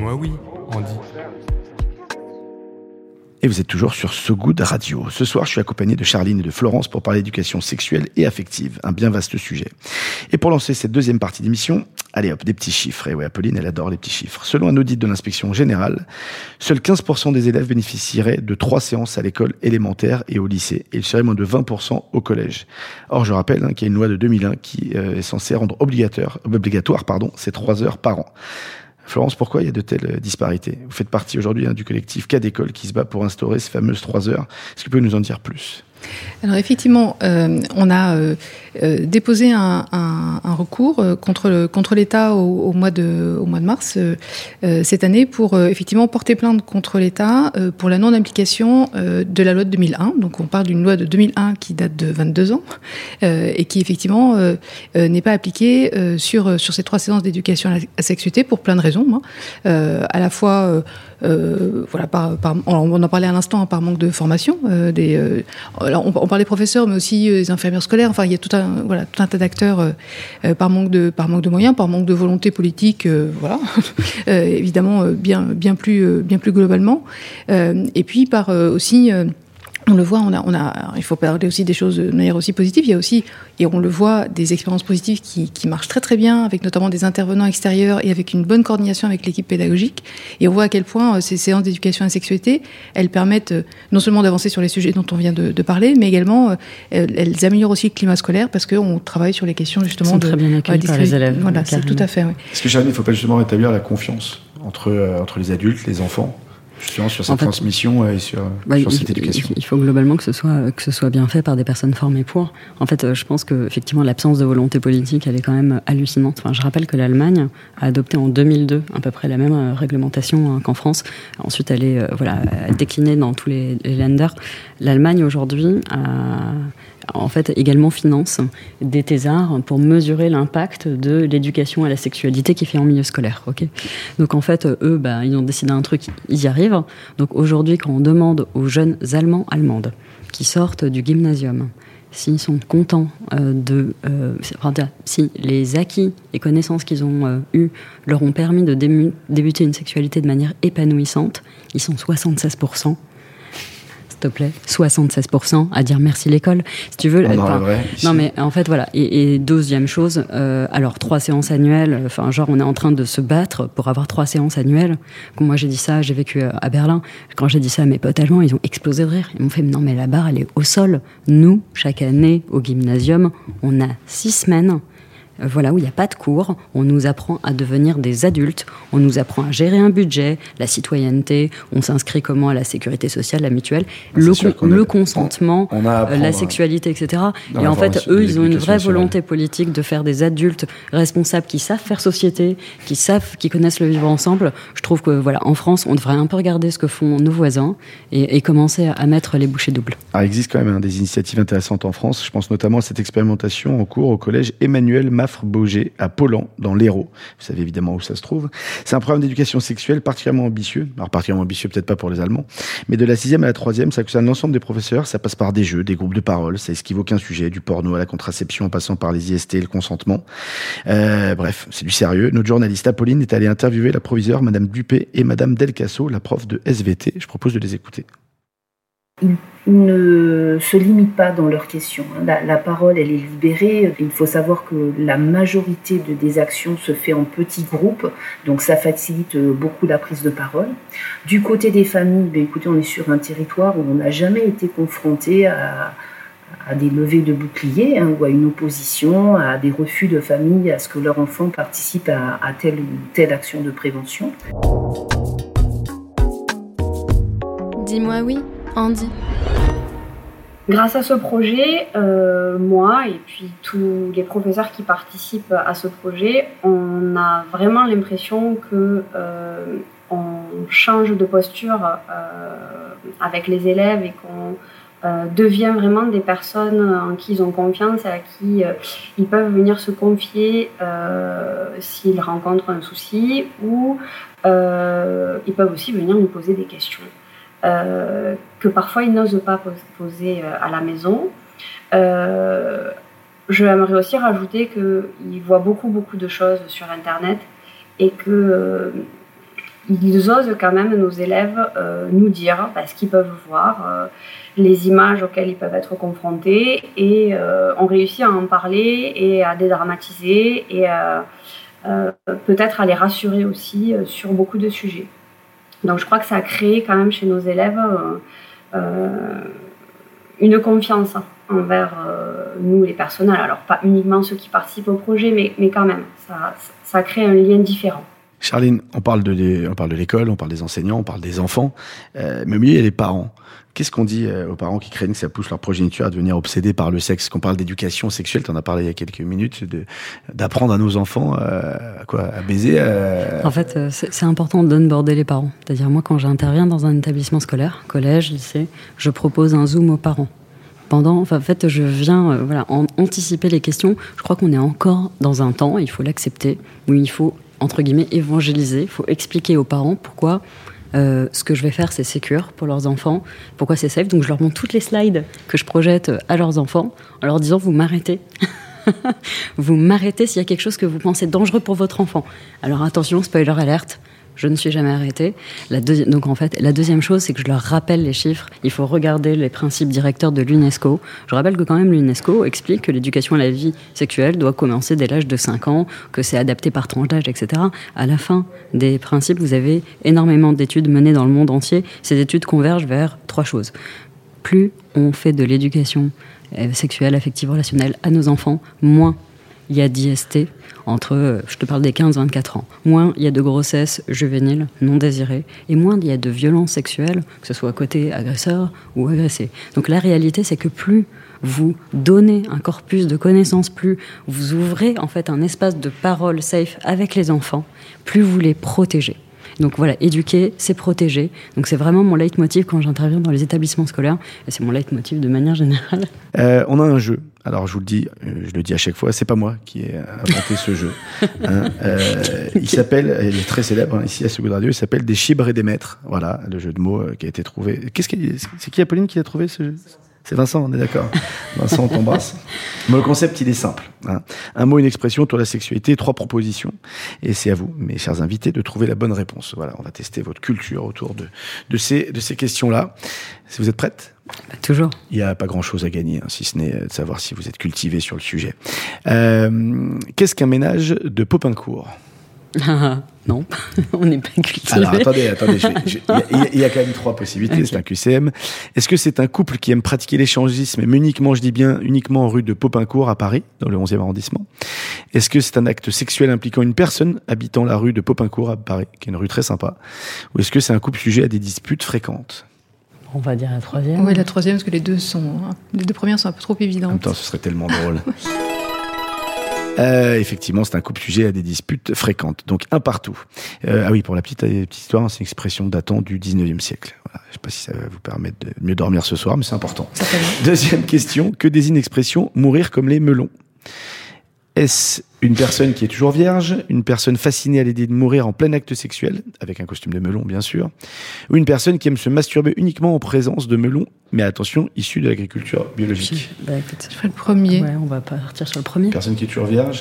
Dis-moi oui, Andy. Et vous êtes toujours sur So Good Radio. Ce soir, je suis accompagné de Charline et de Florence pour parler d'éducation sexuelle et affective, un bien vaste sujet. Et pour lancer cette deuxième partie d'émission, allez hop, des petits chiffres. Et oui, Apolline, elle adore les petits chiffres. Selon un audit de l'inspection générale, seuls 15% des élèves bénéficieraient de 3 séances à l'école élémentaire et au lycée, et il serait moins de 20% au collège. Or, je rappelle qu'il y a une loi de 2001 qui est censée rendre obligatoire ces 3 heures par an. Florence, pourquoi il y a de telles disparités ? Vous faites partie aujourd'hui du collectif Cas d'école qui se bat pour instaurer ces fameuses 3 heures. Est-ce que vous pouvez nous en dire plus ? Alors effectivement, on a déposé un recours contre l'État au mois de mars cette année pour effectivement porter plainte contre l'État pour la non-application de la loi de 2001. Donc on parle d'une loi de 2001 qui date de 22 ans et qui effectivement n'est pas appliquée sur ces 3 séances d'éducation à la sexualité pour plein de raisons. À la fois on en parlait à l'instant, par manque de formation alors on parle des professeurs, mais aussi des infirmières scolaires. Enfin, il y a tout un tas d'acteurs par manque de moyens, par manque de volonté politique, évidemment bien plus globalement. Et puis par aussi on le voit, il faut parler aussi des choses de manière aussi positive. Il y a aussi, et on le voit, des expériences positives qui marchent très très bien, avec notamment des intervenants extérieurs et avec une bonne coordination avec l'équipe pédagogique. Et on voit à quel point ces séances d'éducation à la sexualité, elles permettent non seulement d'avancer sur les sujets dont on vient de parler, mais également elles améliorent aussi le climat scolaire parce qu'on travaille sur les questions justement de très bien accueillis par les élèves. Voilà, c'est tout à fait. Oui. Est-ce que Charline, il ne faut pas justement rétablir la confiance entre les adultes, les enfants ? Justement sur cette transmission et sur cette éducation. Il faut globalement que ce soit bien fait par des personnes formées pour. En fait, je pense que effectivement l'absence de volonté politique, elle est quand même hallucinante. Enfin, je rappelle que l'Allemagne a adopté en 2002 à peu près la même réglementation qu'en France. Ensuite, elle est déclinée dans tous les lenders. L'Allemagne aujourd'hui en fait, également finance des thésards pour mesurer l'impact de l'éducation à la sexualité qui est fait en milieu scolaire. Okay, donc en fait, eux, ils ont décidé un truc, ils y arrivent. Donc aujourd'hui, quand on demande aux jeunes allemandes qui sortent du gymnasium, s'ils sont contents si les acquis et connaissances qu'ils ont eus leur ont permis de débuter une sexualité de manière épanouissante, ils sont 76%. S'il te plaît, 76% à dire merci l'école. Si tu veux. Non, mais en fait, voilà. Et deuxième chose, alors 3 séances annuelles, on est en train de se battre pour avoir 3 séances annuelles. Quand moi j'ai dit ça, j'ai vécu à Berlin. Quand j'ai dit ça à mes potes allemands, ils ont explosé de rire. Ils m'ont fait, non, mais la barre, elle est au sol. Nous, chaque année, au gymnasium, on a 6 semaines. Où il n'y a pas de cours, on nous apprend à devenir des adultes, on nous apprend à gérer un budget, la citoyenneté, on s'inscrit comment à la sécurité sociale, la mutuelle, le consentement, la sexualité, etc. Et en fait, eux, ils ont une vraie volonté politique de faire des adultes responsables qui savent faire société, qui connaissent le vivre ensemble. Je trouve que en France, on devrait un peu regarder ce que font nos voisins et commencer à mettre les bouchées doubles. Alors, il existe quand même des initiatives intéressantes en France. Je pense notamment à cette expérimentation en cours au collège Emmanuel Boger à Pollan, dans l'Hérault. Vous savez évidemment où ça se trouve. C'est un programme d'éducation sexuelle particulièrement ambitieux. Alors particulièrement ambitieux peut-être pas pour les Allemands, mais de la 6e à la 3e, ça concerne l'ensemble des professeurs. Ça passe par des jeux, des groupes de parole. Ça esquive aucun sujet, du porno à la contraception en passant par les IST et le consentement. Bref, c'est du sérieux. Notre journaliste Apolline est allée interviewer la proviseure Madame Dupé et Madame Delcasso, la prof de SVT. Je propose de les écouter. Ils ne se limitent pas dans leurs questions. La parole, elle est libérée. Il faut savoir que la majorité des actions se fait en petits groupes, donc ça facilite beaucoup la prise de parole. Du côté des familles, écoutez, on est sur un territoire où on n'a jamais été confronté à des levées de boucliers ou à une opposition, à des refus de famille, à ce que leur enfant participe à telle ou telle action de prévention. Dis-moi oui, Andy. Grâce à ce projet, moi et puis tous les professeurs qui participent à ce projet, on a vraiment l'impression que on change de posture avec les élèves et qu'on devient vraiment des personnes en qui ils ont confiance et à qui ils peuvent venir se confier s'ils rencontrent un souci ou ils peuvent aussi venir nous poser des questions. Que parfois ils n'osent pas poser à la maison. J'aimerais aussi rajouter qu'ils voient beaucoup de choses sur Internet et que ils osent quand même, nos élèves, nous dire ce qu'ils peuvent voir, les images auxquelles ils peuvent être confrontés, et on réussit à en parler et à dédramatiser et peut-être à les rassurer aussi sur beaucoup de sujets. Donc je crois que ça a créé quand même chez nos élèves une confiance envers nous, les personnels. Alors pas uniquement ceux qui participent au projet, mais quand même, ça crée un lien différent. Charline, on parle de l'école, on parle des enseignants, on parle des enfants, mais au milieu, il y a les parents. Qu'est-ce qu'on dit aux parents qui craignent que ça pousse leur progéniture à devenir obsédés par le sexe? Qu'on parle d'éducation sexuelle, tu en as parlé il y a quelques minutes, d'apprendre à nos enfants à baiser. En fait, c'est important d'aborder les parents. C'est-à-dire, moi, quand j'interviens dans un établissement scolaire, collège, lycée, je propose un Zoom aux parents. Je viens anticiper les questions. Je crois qu'on est encore dans un temps, il faut l'accepter, où il faut, entre guillemets, évangéliser. Il faut expliquer aux parents pourquoi ce que je vais faire, c'est sécure pour leurs enfants, pourquoi c'est safe. Donc je leur montre toutes les slides que je projette à leurs enfants, en leur disant, vous m'arrêtez. Vous m'arrêtez s'il y a quelque chose que vous pensez dangereux pour votre enfant. Alors attention, spoiler alerte, je ne suis jamais arrêtée. Donc en fait, la deuxième chose, c'est que je leur rappelle les chiffres. Il faut regarder les principes directeurs de l'UNESCO. Je rappelle que quand même l'UNESCO explique que l'éducation à la vie sexuelle doit commencer dès l'âge de 5 ans, que c'est adapté par tranche d'âge, etc. À la fin des principes, vous avez énormément d'études menées dans le monde entier. Ces études convergent vers 3 choses. Plus on fait de l'éducation sexuelle, affective, relationnelle à nos enfants, moins il y a d'IST entre, je te parle des 15-24 ans, moins il y a de grossesses juvéniles non désirées, et moins il y a de violences sexuelles, que ce soit côté agresseur ou agressé. Donc la réalité, c'est que plus vous donnez un corpus de connaissances, plus vous ouvrez en fait un espace de parole safe avec les enfants, plus vous les protégez. Donc voilà, éduquer, c'est protéger. Donc c'est vraiment mon leitmotiv quand j'interviens dans les établissements scolaires, et c'est mon leitmotiv de manière générale. On a un jeu. Alors je vous le dis, je le dis à chaque fois, c'est pas moi qui ai inventé ce jeu. Il s'appelle, il est très célèbre ici à Sud Radio, il s'appelle Des chibres et des maîtres. Voilà, le jeu de mots qui a été trouvé. C'est qui, Apolline, qui l'a trouvé, ce jeu? C'est Vincent, on est d'accord. Vincent, on t'embrasse. Mais le concept, il est simple. Un mot, une expression autour de la sexualité, 3 propositions. Et c'est à vous, mes chers invités, de trouver la bonne réponse. Voilà, on va tester votre culture autour de ces questions-là. Si vous êtes prêtes? Toujours. Il n'y a pas grand-chose à gagner, si ce n'est de savoir si vous êtes cultivé sur le sujet. Qu'est-ce qu'un ménage de Popincourt? Non, on n'est pas cultivé. Alors attendez, il y a quand même 3 possibilités, okay. C'est un QCM. Est-ce que c'est un couple qui aime pratiquer l'échangisme, mais uniquement rue de Popincourt à Paris, dans le 11e arrondissement? Est-ce que c'est un acte sexuel impliquant une personne habitant la rue de Popincourt à Paris, qui est une rue très sympa? Ou est-ce que c'est un couple sujet à des disputes fréquentes? On va dire la 3e. Oui, la 3e, parce que les deux premières sont un peu trop évidentes. En même temps, ce serait tellement drôle. Effectivement, c'est un couple sujet à des disputes fréquentes. Donc, un partout. Pour la petite histoire, c'est une expression datant du 19e siècle. Voilà. Je ne sais pas si ça va vous permettre de mieux dormir ce soir, mais c'est important. Deuxième question. Que désigne l'expression « mourir comme les melons » ? Est-ce une personne qui est toujours vierge, une personne fascinée à l'idée de mourir en plein acte sexuel, avec un costume de melon bien sûr, ou une personne qui aime se masturber uniquement en présence de melons, mais attention, issus de l'agriculture biologique? Je ferai le premier. Ouais, on va partir sur le premier. Personne qui est toujours vierge.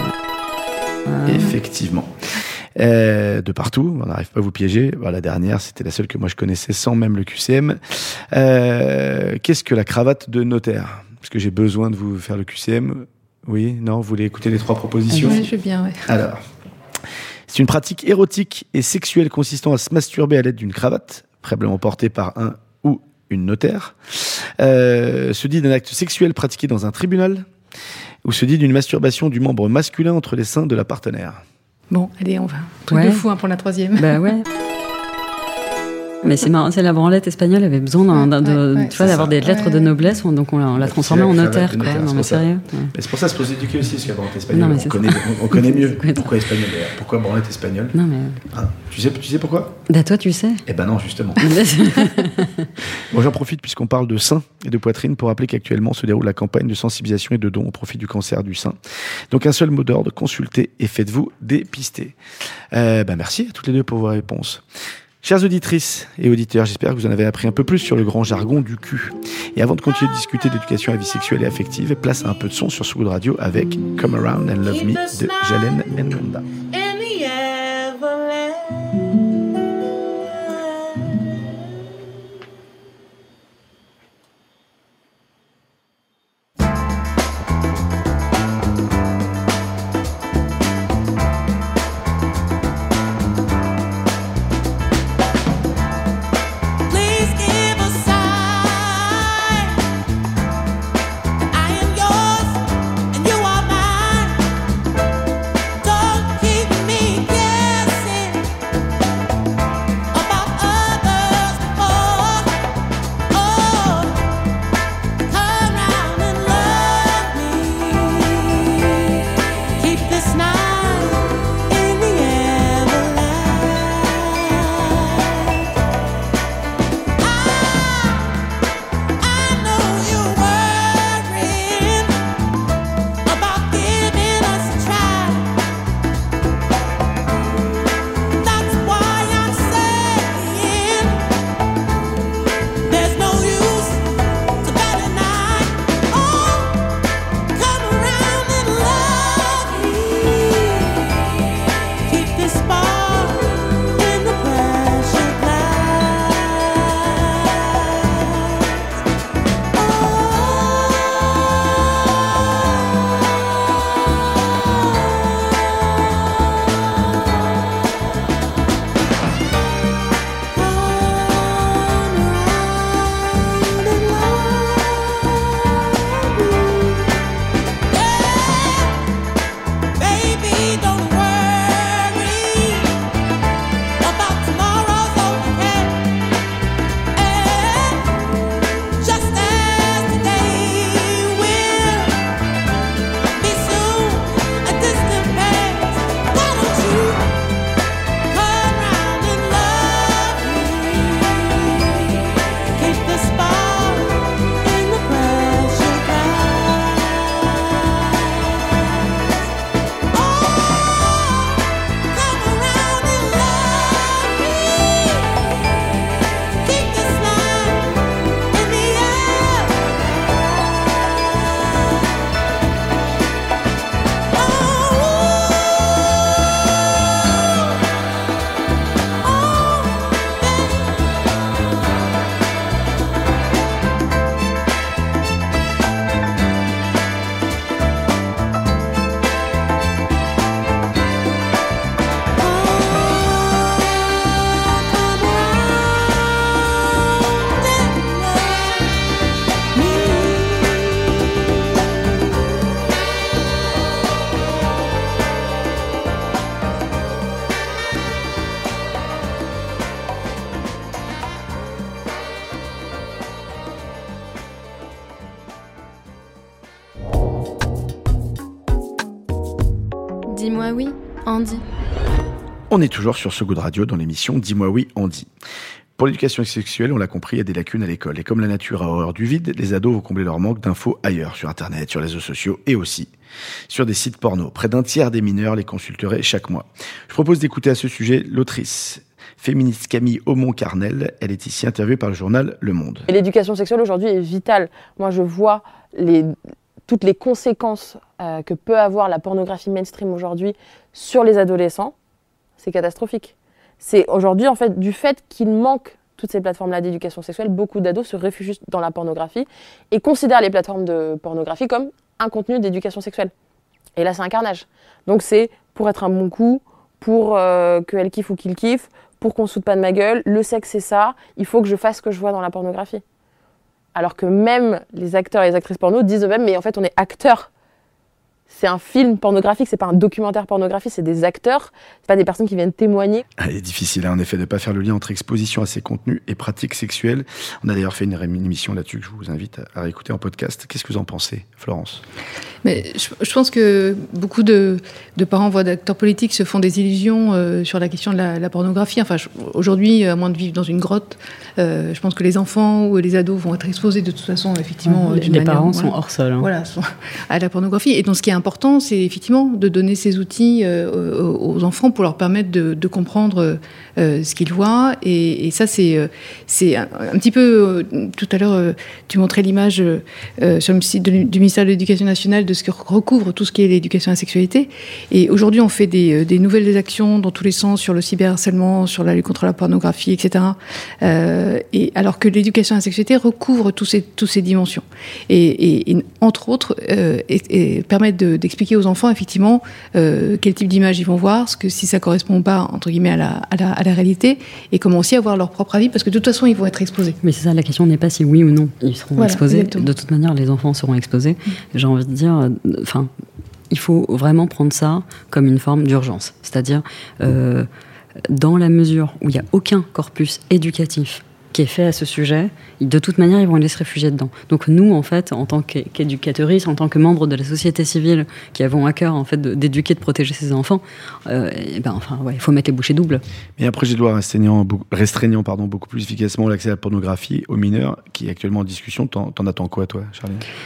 Effectivement. De partout, on n'arrive pas à vous piéger. La dernière, c'était la seule que moi je connaissais sans même le QCM. Qu'est-ce que la cravate de notaire? Parce que j'ai besoin de vous faire le QCM. Oui, non, vous voulez écouter les 3 propositions? Oui, je veux bien, oui. Alors, c'est une pratique érotique et sexuelle consistant à se masturber à l'aide d'une cravate, probablement portée par un ou une notaire. Se dit d'un acte sexuel pratiqué dans un tribunal, ou se dit d'une masturbation du membre masculin entre les seins de la partenaire. Bon, allez, on va. Truc de fou pour la 3e. Bah ouais. Mais c'est marrant, la branlette espagnole avait besoin d'avoir des lettres de noblesse, donc on l'a transformée en notaire. Non, mais sérieux. Mais c'est pour ça qu'il faut s'éduquer aussi, parce que la branlette espagnole, on connaît mieux. Pourquoi espagnol d'ailleurs? Pourquoi branlette espagnole? Non, mais... Tu sais pourquoi? Toi, tu sais. Eh ben non, justement. Bon, j'en profite puisqu'on parle de sein et de poitrine pour rappeler qu'actuellement se déroule la campagne de sensibilisation et de dons au profit du cancer du sein. Donc un seul mot d'ordre, consultez et faites-vous dépister. Merci à toutes les deux pour vos réponses. Chères auditrices et auditeurs, j'espère que vous en avez appris un peu plus sur le grand jargon du cul. Et avant de continuer de discuter d'éducation à la vie sexuelle et affective, place à un peu de son sur Sud Radio avec Come Around and Love Me de Jalen Mwenda. Dis-moi oui, Andy. On est toujours sur ce goût de radio dans l'émission Dis-moi oui, Andy. Pour l'éducation sexuelle, on l'a compris, il y a des lacunes à l'école. Et comme la nature a horreur du vide, les ados vont combler leur manque d'infos ailleurs, sur Internet, sur les réseaux sociaux et aussi sur des sites porno. Près d'un tiers des mineurs les consulteraient chaque mois. Je propose d'écouter à ce sujet l'autrice féministe Camille Aumont-Carnel. Elle est ici interviewée par le journal Le Monde. Et l'éducation sexuelle aujourd'hui est vitale. Moi, je vois toutes les conséquences que peut avoir la pornographie mainstream aujourd'hui sur les adolescents. C'est catastrophique. C'est aujourd'hui, en fait, du fait qu'il manque toutes ces plateformes-là d'éducation sexuelle, beaucoup d'ados se réfugient dans la pornographie et considèrent les plateformes de pornographie comme un contenu d'éducation sexuelle. Et là, c'est un carnage. Donc c'est pour être un bon coup, pour qu'elle kiffe ou qu'il kiffe, pour qu'on se foute pas de ma gueule, le sexe c'est ça, il faut que je fasse ce que je vois dans la pornographie. Alors que même les acteurs et les actrices porno disent eux-mêmes, mais en fait on est acteurs. C'est un film pornographique, c'est pas un documentaire pornographique, c'est des acteurs, c'est pas des personnes qui viennent témoigner. Il est difficile, en effet, de ne pas faire le lien entre exposition à ces contenus et pratiques sexuelles. On a d'ailleurs fait une émission là-dessus que je vous invite à réécouter en podcast. Qu'est-ce que vous en pensez, Florence ? Mais je pense que beaucoup de parents, voire d'acteurs politiques, se font des illusions sur la question de la pornographie. Enfin, aujourd'hui, à moins de vivre dans une grotte, je pense que les enfants ou les ados vont être exposés de toute façon, effectivement. Les parents sont hors sol. Voilà, à la pornographie. Et donc, ce qui est important, c'est effectivement de donner ces outils aux enfants pour leur permettre de comprendre ce qu'ils voient. Et ça, c'est un petit peu... tout à l'heure, tu montrais l'image sur le site du ministère de l'Éducation nationale de ce que recouvre tout ce qui est l'éducation à la sexualité. Et aujourd'hui, on fait des nouvelles actions dans tous les sens sur le cyberharcèlement, sur la lutte contre la pornographie, etc. Et alors que l'éducation à la sexualité recouvre toutes ces dimensions. Et entre autres, permettre d'expliquer aux enfants, effectivement, quel type d'image ils vont voir, si ça correspond pas, entre guillemets, à la réalité, et comment aussi avoir leur propre avis, parce que de toute façon, ils vont être exposés. Mais c'est ça, la question n'est pas si oui ou non ils seront exposés. Exactement. De toute manière, les enfants seront exposés. J'ai envie de dire, il faut vraiment prendre ça comme une forme d'urgence. C'est-à-dire, dans la mesure où il n'y a aucun corpus éducatif qui est fait à ce sujet, de toute manière, ils vont aller se réfugier dedans. Donc nous, en fait, en tant qu'éducatrices, en tant que membres de la société civile qui avons à cœur, en fait, d'éduquer, de protéger ces enfants, il faut mettre les bouchées doubles. Mais un projet de loi restreignant beaucoup plus efficacement l'accès à la pornographie aux mineurs, qui est actuellement en discussion, t'en attends quoi, toi, Charline ?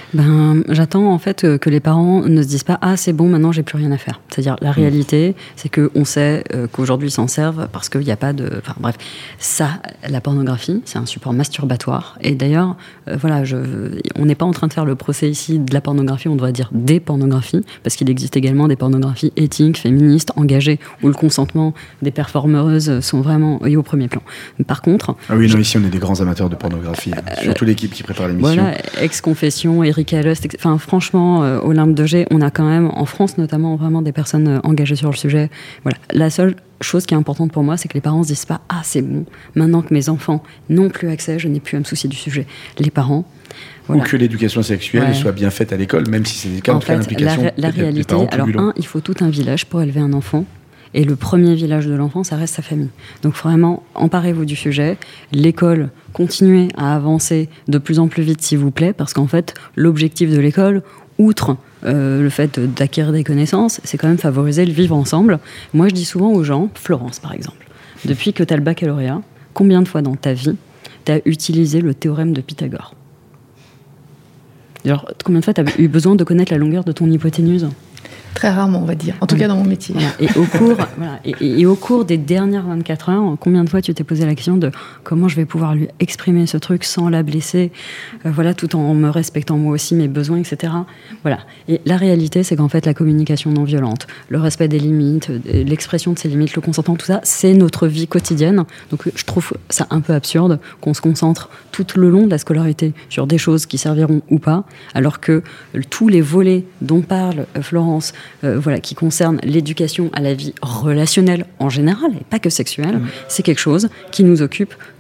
J'attends, en fait, que les parents ne se disent pas « Ah, c'est bon, maintenant, j'ai plus rien à faire ». C'est-à-dire, la réalité, c'est qu'on sait qu'aujourd'hui, ils s'en servent parce qu'il n'y a pas de... Enfin, bref, ça, la pornographie, c'est un support masturbatoire. Et d'ailleurs, on n'est pas en train de faire le procès ici de la pornographie, on devrait dire des pornographies, parce qu'il existe également des pornographies éthiques, féministes, engagées, où le consentement des performeuses sont vraiment au premier plan. Par contre... Ah oui, non, ici on est des grands amateurs de pornographie, surtout l'équipe qui prépare l'émission. Voilà, Ex-Confession, Erika Lust, enfin franchement, Olympe de G, on a quand même, en France notamment, vraiment des personnes engagées sur le sujet. Voilà, la seule chose qui est importante pour moi, c'est que les parents ne se disent pas « Ah, c'est bon, maintenant que mes enfants n'ont plus accès, je n'ai plus à me soucier du sujet ». Les parents... Voilà. Ou que l'éducation sexuelle soit bien faite à l'école, même si c'est des cas en fait, l'implication la réalité, alors il faut tout un village pour élever un enfant. Et le premier village de l'enfant, ça reste sa famille. Donc vraiment, emparez-vous du sujet. L'école, continuez à avancer de plus en plus vite, s'il vous plaît, parce qu'en fait, l'objectif de l'école, outre le fait d'acquérir des connaissances, c'est quand même favoriser le vivre ensemble. Moi, je dis souvent aux gens, Florence par exemple, depuis que tu as le baccalauréat, combien de fois dans ta vie tu as utilisé le théorème de Pythagore ? Alors, combien de fois tu as eu besoin de connaître la longueur de ton hypoténuse ? Très rarement, on va dire. En tout cas, dans mon métier. Voilà. Et au cours des dernières 24 heures, combien de fois tu t'es posé la question de comment je vais pouvoir lui exprimer ce truc sans la blesser, tout en me respectant moi aussi mes besoins, etc. Voilà. Et la réalité, c'est qu'en fait, la communication non violente, le respect des limites, l'expression de ses limites, le consentement, tout ça, c'est notre vie quotidienne. Donc, je trouve ça un peu absurde qu'on se concentre tout le long de la scolarité sur des choses qui serviront ou pas, alors que tous les volets dont parle Florence, qui concerne l'éducation à la vie relationnelle en général, et pas que sexuelle, c'est quelque chose qui nous occupe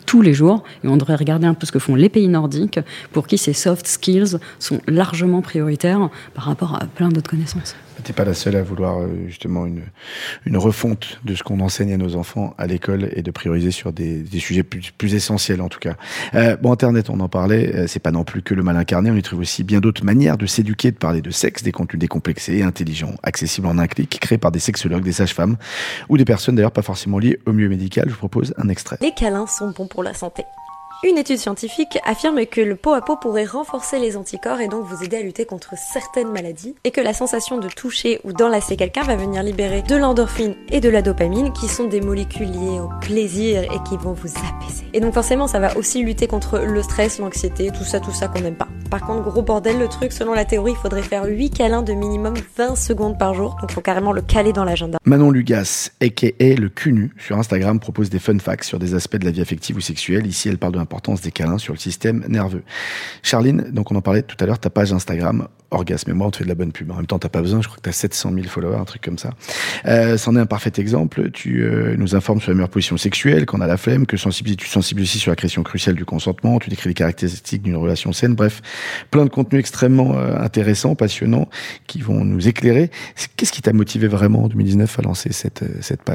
tous les jours, et on devrait regarder un peu ce que font les pays nordiques, pour qui ces soft skills sont largement prioritaires par rapport à plein d'autres connaissances. T'es pas la seule à vouloir justement une refonte de ce qu'on enseigne à nos enfants à l'école et de prioriser sur des sujets plus essentiels en tout cas. Internet, on en parlait, c'est pas non plus que le mal incarné, on y trouve aussi bien d'autres manières de s'éduquer, de parler de sexe, des contenus décomplexés, intelligents, accessibles en un clic, créés par des sexologues, des sages-femmes ou des personnes d'ailleurs pas forcément liées au milieu médical. Je vous propose un extrait. Les câlins sont bons pour la santé. Une étude scientifique affirme que le pot à pot pourrait renforcer les anticorps et donc vous aider à lutter contre certaines maladies, et que la sensation de toucher ou d'enlacer quelqu'un va venir libérer de l'endorphine et de la dopamine, qui sont des molécules liées au plaisir et qui vont vous apaiser. Et donc forcément ça va aussi lutter contre le stress, l'anxiété, tout ça qu'on n'aime pas. Par contre, gros bordel le truc, selon la théorie, il faudrait faire 8 câlins de minimum 20 secondes par jour, donc faut carrément le caler dans l'agenda. Manon Lugas, aka le cul-nu, sur Instagram propose des fun facts sur des aspects de la vie affective ou sexuelle. Ici, elle parle de l'importance des câlins sur le système nerveux. Charline, donc on en parlait tout à l'heure, ta page Instagram, Orgasme et moi, on te fait de la bonne pub. En même temps, t'as pas besoin, je crois que t'as 700 000 followers, un truc comme ça. C'en est un parfait exemple. Tu nous informes sur la meilleure position sexuelle, qu'on a la flemme, que tu sensibilises aussi sur la question cruciale du consentement, tu décris les caractéristiques d'une relation saine, bref, plein de contenus extrêmement intéressants, passionnants, qui vont nous éclairer. Qu'est-ce qui t'a motivé vraiment en 2019 à lancer cette page ?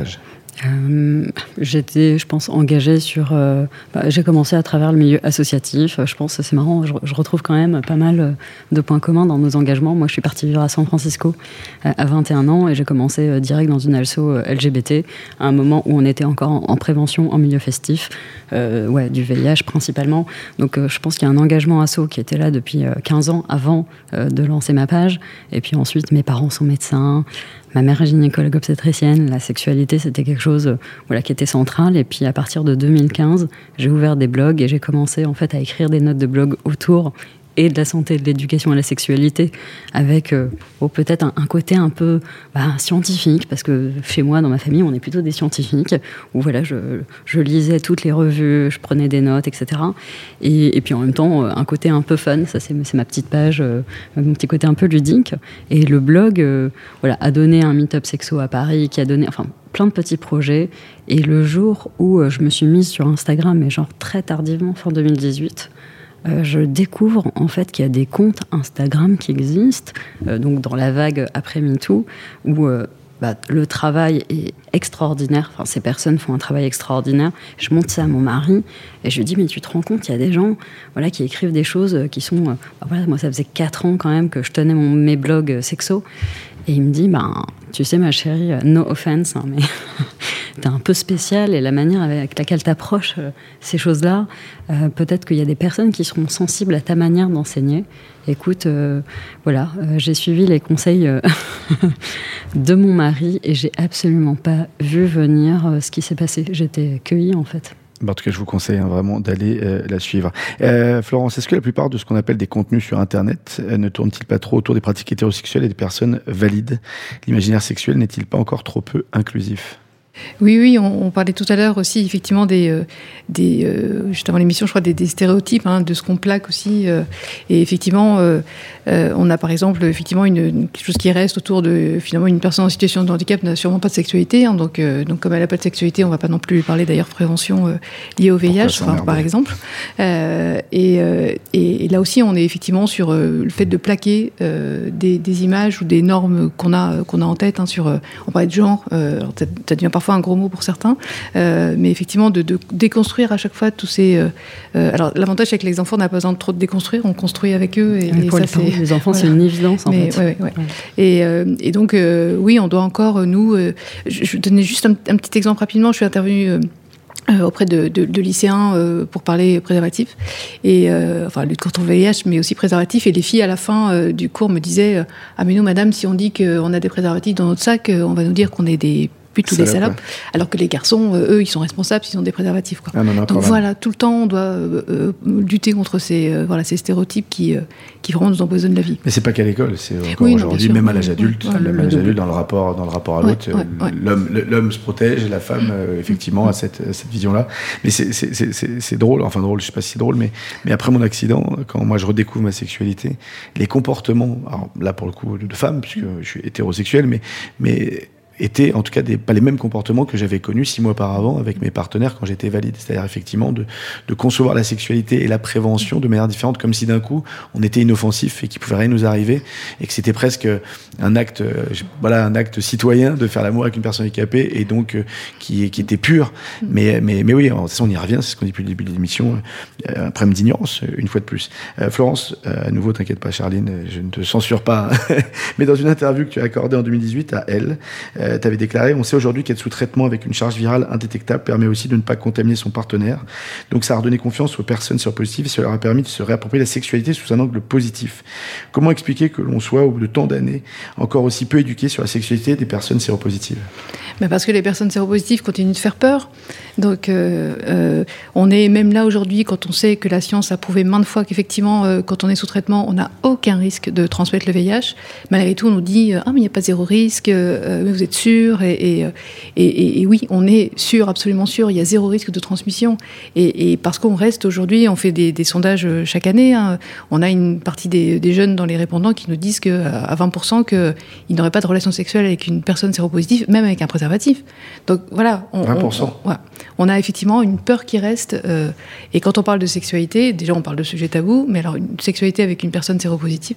J'étais, je pense, engagée sur... j'ai commencé à travers le milieu associatif. Je pense que c'est marrant, je retrouve quand même pas mal de points communs dans nos engagements. Moi, je suis partie vivre à San Francisco à 21 ans et j'ai commencé direct dans une asso LGBT à un moment où on était encore en prévention en milieu festif, du VIH principalement. Donc, je pense qu'il y a un engagement asso qui était là depuis 15 ans avant de lancer ma page. Et puis ensuite, mes parents sont médecins. Ma mère est gynécologue obstétricienne, la sexualité c'était quelque chose qui était central, et puis à partir de 2015, j'ai ouvert des blogs et j'ai commencé en fait à écrire des notes de blog autour et de la santé, de l'éducation à la sexualité, avec peut-être un côté un peu scientifique, parce que chez moi, dans ma famille, on est plutôt des scientifiques, où je lisais toutes les revues, je prenais des notes, etc. Et puis en même temps, un côté un peu fun, ça c'est ma petite page, mon petit côté un peu ludique. Et le blog a donné un meet-up sexo à Paris, qui a donné... plein de petits projets. Et le jour où je me suis mise sur Instagram, mais genre très tardivement, fin 2018, je découvre en fait qu'il y a des comptes Instagram qui existent, donc dans la vague après MeToo, où le travail est extraordinaire. Enfin, ces personnes font un travail extraordinaire. Je montre ça à mon mari et je lui dis, mais tu te rends compte, il y a des gens qui écrivent des choses qui sont... moi, ça faisait 4 ans quand même que je tenais mes blogs sexo. Et il me dit, tu sais ma chérie, no offense, mais t'es un peu spéciale, et la manière avec laquelle t'approches ces choses-là, peut-être qu'il y a des personnes qui seront sensibles à ta manière d'enseigner. Écoute, j'ai suivi les conseils de mon mari et j'ai absolument pas vu venir ce qui s'est passé. J'étais cueillie en fait. En tout cas, je vous conseille vraiment d'aller la suivre. Florence, est-ce que la plupart de ce qu'on appelle des contenus sur Internet ne tournent-ils pas trop autour des pratiques hétérosexuelles et des personnes valides ? L'imaginaire sexuel n'est-il pas encore trop peu inclusif ? Oui, on parlait tout à l'heure aussi effectivement juste avant l'émission, je crois, des stéréotypes, de ce qu'on plaque aussi. Et effectivement, on a par exemple effectivement quelque chose qui reste autour de finalement une personne en situation de handicap n'a sûrement pas de sexualité. Donc comme elle n'a pas de sexualité, on ne va pas non plus lui parler d'ailleurs de prévention liée au VIH, par exemple. Et là aussi, on est effectivement sur le fait de plaquer des images ou des normes qu'on a en tête. On parlait de genre. Alors ça devient parfois un gros mot pour certains, mais effectivement de déconstruire à chaque fois tous ces... alors l'avantage c'est que les enfants n'ont pas besoin de trop de déconstruire, on construit avec eux. Et pour ça, les enfants, c'est une évidence en fait. Ouais. Et donc oui, on doit encore, nous... je donnais juste un petit exemple rapidement, je suis intervenue... auprès de lycéens pour parler préservatif et lutte contre le VIH, mais aussi préservatif, et les filles à la fin du cours me disaient mais nous madame, si on dit qu'on a des préservatifs dans notre sac, on va nous dire qu'on est des putes ou des salopes, alors que les garçons, eux, ils sont responsables s'ils ont des préservatifs, quoi. Donc voilà, tout le temps on doit lutter contre ces stéréotypes qui vraiment nous empoisonnent la vie. Mais c'est pas qu'à l'école, c'est encore aujourd'hui, même à l'âge adulte, dans le rapport à l'autre, l'homme se protège et la femme effectivement a cette vision-là. Mais c'est drôle, je sais pas si c'est drôle, mais après mon accident, quand moi je redécouvre ma sexualité, les comportements, alors là pour le coup de femme, puisque je suis hétérosexuel, mais étaient en tout cas pas les mêmes comportements que j'avais connus 6 mois auparavant avec mes partenaires quand j'étais valide. C'est-à-dire effectivement de concevoir la sexualité et la prévention de manière différente, comme si d'un coup on était inoffensif et qu'il pouvait rien nous arriver et que c'était presque un acte citoyen de faire l'amour avec une personne handicapée et donc qui était pur. Mais oui, de toute façon on y revient, c'est ce qu'on dit depuis le début de l'émission, un problème d'ignorance une fois de plus. Florence, à nouveau t'inquiète pas Charline, je ne te censure pas, hein. Mais dans une interview que tu as accordée en 2018 à Elle, tu avais déclaré: on sait aujourd'hui qu'être sous traitement avec une charge virale indétectable permet aussi de ne pas contaminer son partenaire. Donc ça a redonné confiance aux personnes séropositives et ça leur a permis de se réapproprier la sexualité sous un angle positif. Comment expliquer que l'on soit, au bout de tant d'années, encore aussi peu éduqué sur la sexualité des personnes séropositives? Parce que les personnes séropositives continuent de faire peur. Donc on est même là aujourd'hui, quand on sait que la science a prouvé maintes fois qu'effectivement, quand on est sous traitement, on n'a aucun risque de transmettre le VIH. Malgré tout, on nous dit mais il n'y a pas zéro risque, mais vous êtes sûr et oui, on est sûr, absolument sûr, il y a zéro risque de transmission. Et parce qu'on reste aujourd'hui, on fait des sondages chaque année, hein, on a une partie des jeunes dans les répondants qui nous disent qu'à 20% qu'ils n'auraient pas de relation sexuelle avec une personne séropositive, même avec un préservatif. Donc voilà, 20%. On a effectivement une peur qui reste. Et quand on parle de sexualité, déjà on parle de sujet tabou, mais alors une sexualité avec une personne séropositive,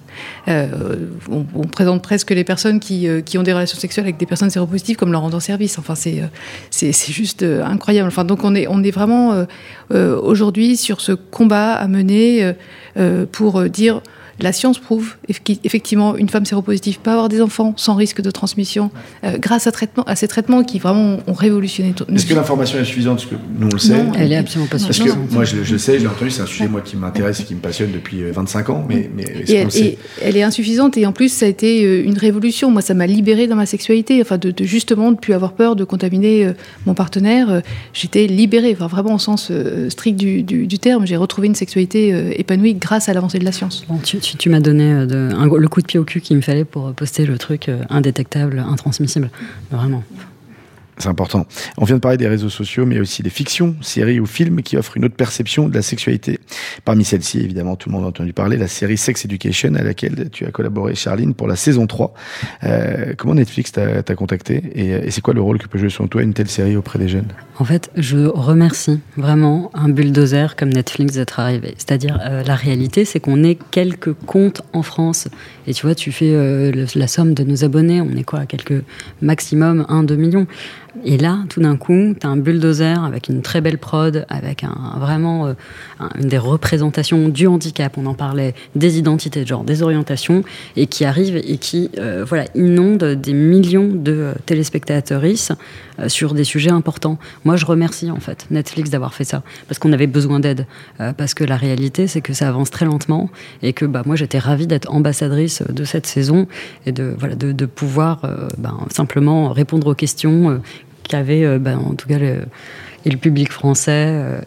on présente presque les personnes qui ont des relations sexuelles avec des personnes séropositives comme leur rendre service. Enfin, c'est juste incroyable. Enfin, donc on est vraiment aujourd'hui sur ce combat à mener pour dire... La science prouve qu'effectivement, une femme séropositive peut avoir des enfants sans risque de transmission grâce à ces traitements qui vraiment ont révolutionné nos vies. Est-ce que l'information est suffisante? Parce que nous, on le sait. Non, elle est absolument pas suffisante. Parce que moi, je le sais, je l'ai entendu, c'est un sujet moi, qui m'intéresse et qui me passionne depuis 25 ans. Mais est-ce qu'on le sait? Elle est insuffisante et en plus, ça a été une révolution. Moi, ça m'a libérée dans ma sexualité. Enfin, justement, de ne plus avoir peur de contaminer mon partenaire. J'étais libérée, enfin, vraiment au sens strict du terme. J'ai retrouvé une sexualité épanouie grâce à l'avancée de la science. Bon, tu m'as donné le coup de pied au cul qu'il me fallait pour poster le truc indétectable, intransmissible. Vraiment. C'est important. On vient de parler des réseaux sociaux, mais aussi des fictions, séries ou films qui offrent une autre perception de la sexualité. Parmi celles-ci, évidemment, tout le monde a entendu parler, la série Sex Education, à laquelle tu as collaboré, Charline, pour la saison 3. Comment Netflix t'a contacté et c'est quoi le rôle que peut jouer selon toi une telle série auprès des jeunes? En fait, je remercie vraiment un bulldozer comme Netflix d'être arrivé. C'est-à-dire, la réalité, c'est qu'on est quelques comptes en France. Et tu vois, tu fais la somme de nos abonnés, on est quoi, à quelques maximum 1-2 millions. Et là, tout d'un coup, tu as un bulldozer avec une très belle prod, avec vraiment une des représentations du handicap, on en parlait, des identités de genre, des orientations, et qui arrive et qui inonde des millions de téléspectatrices sur des sujets importants. Moi, je remercie en fait Netflix d'avoir fait ça, parce qu'on avait besoin d'aide, parce que la réalité, c'est que ça avance très lentement, et que moi, j'étais ravie d'être ambassadrice de cette saison, et de pouvoir simplement répondre aux questions qu'avait en tout cas le public français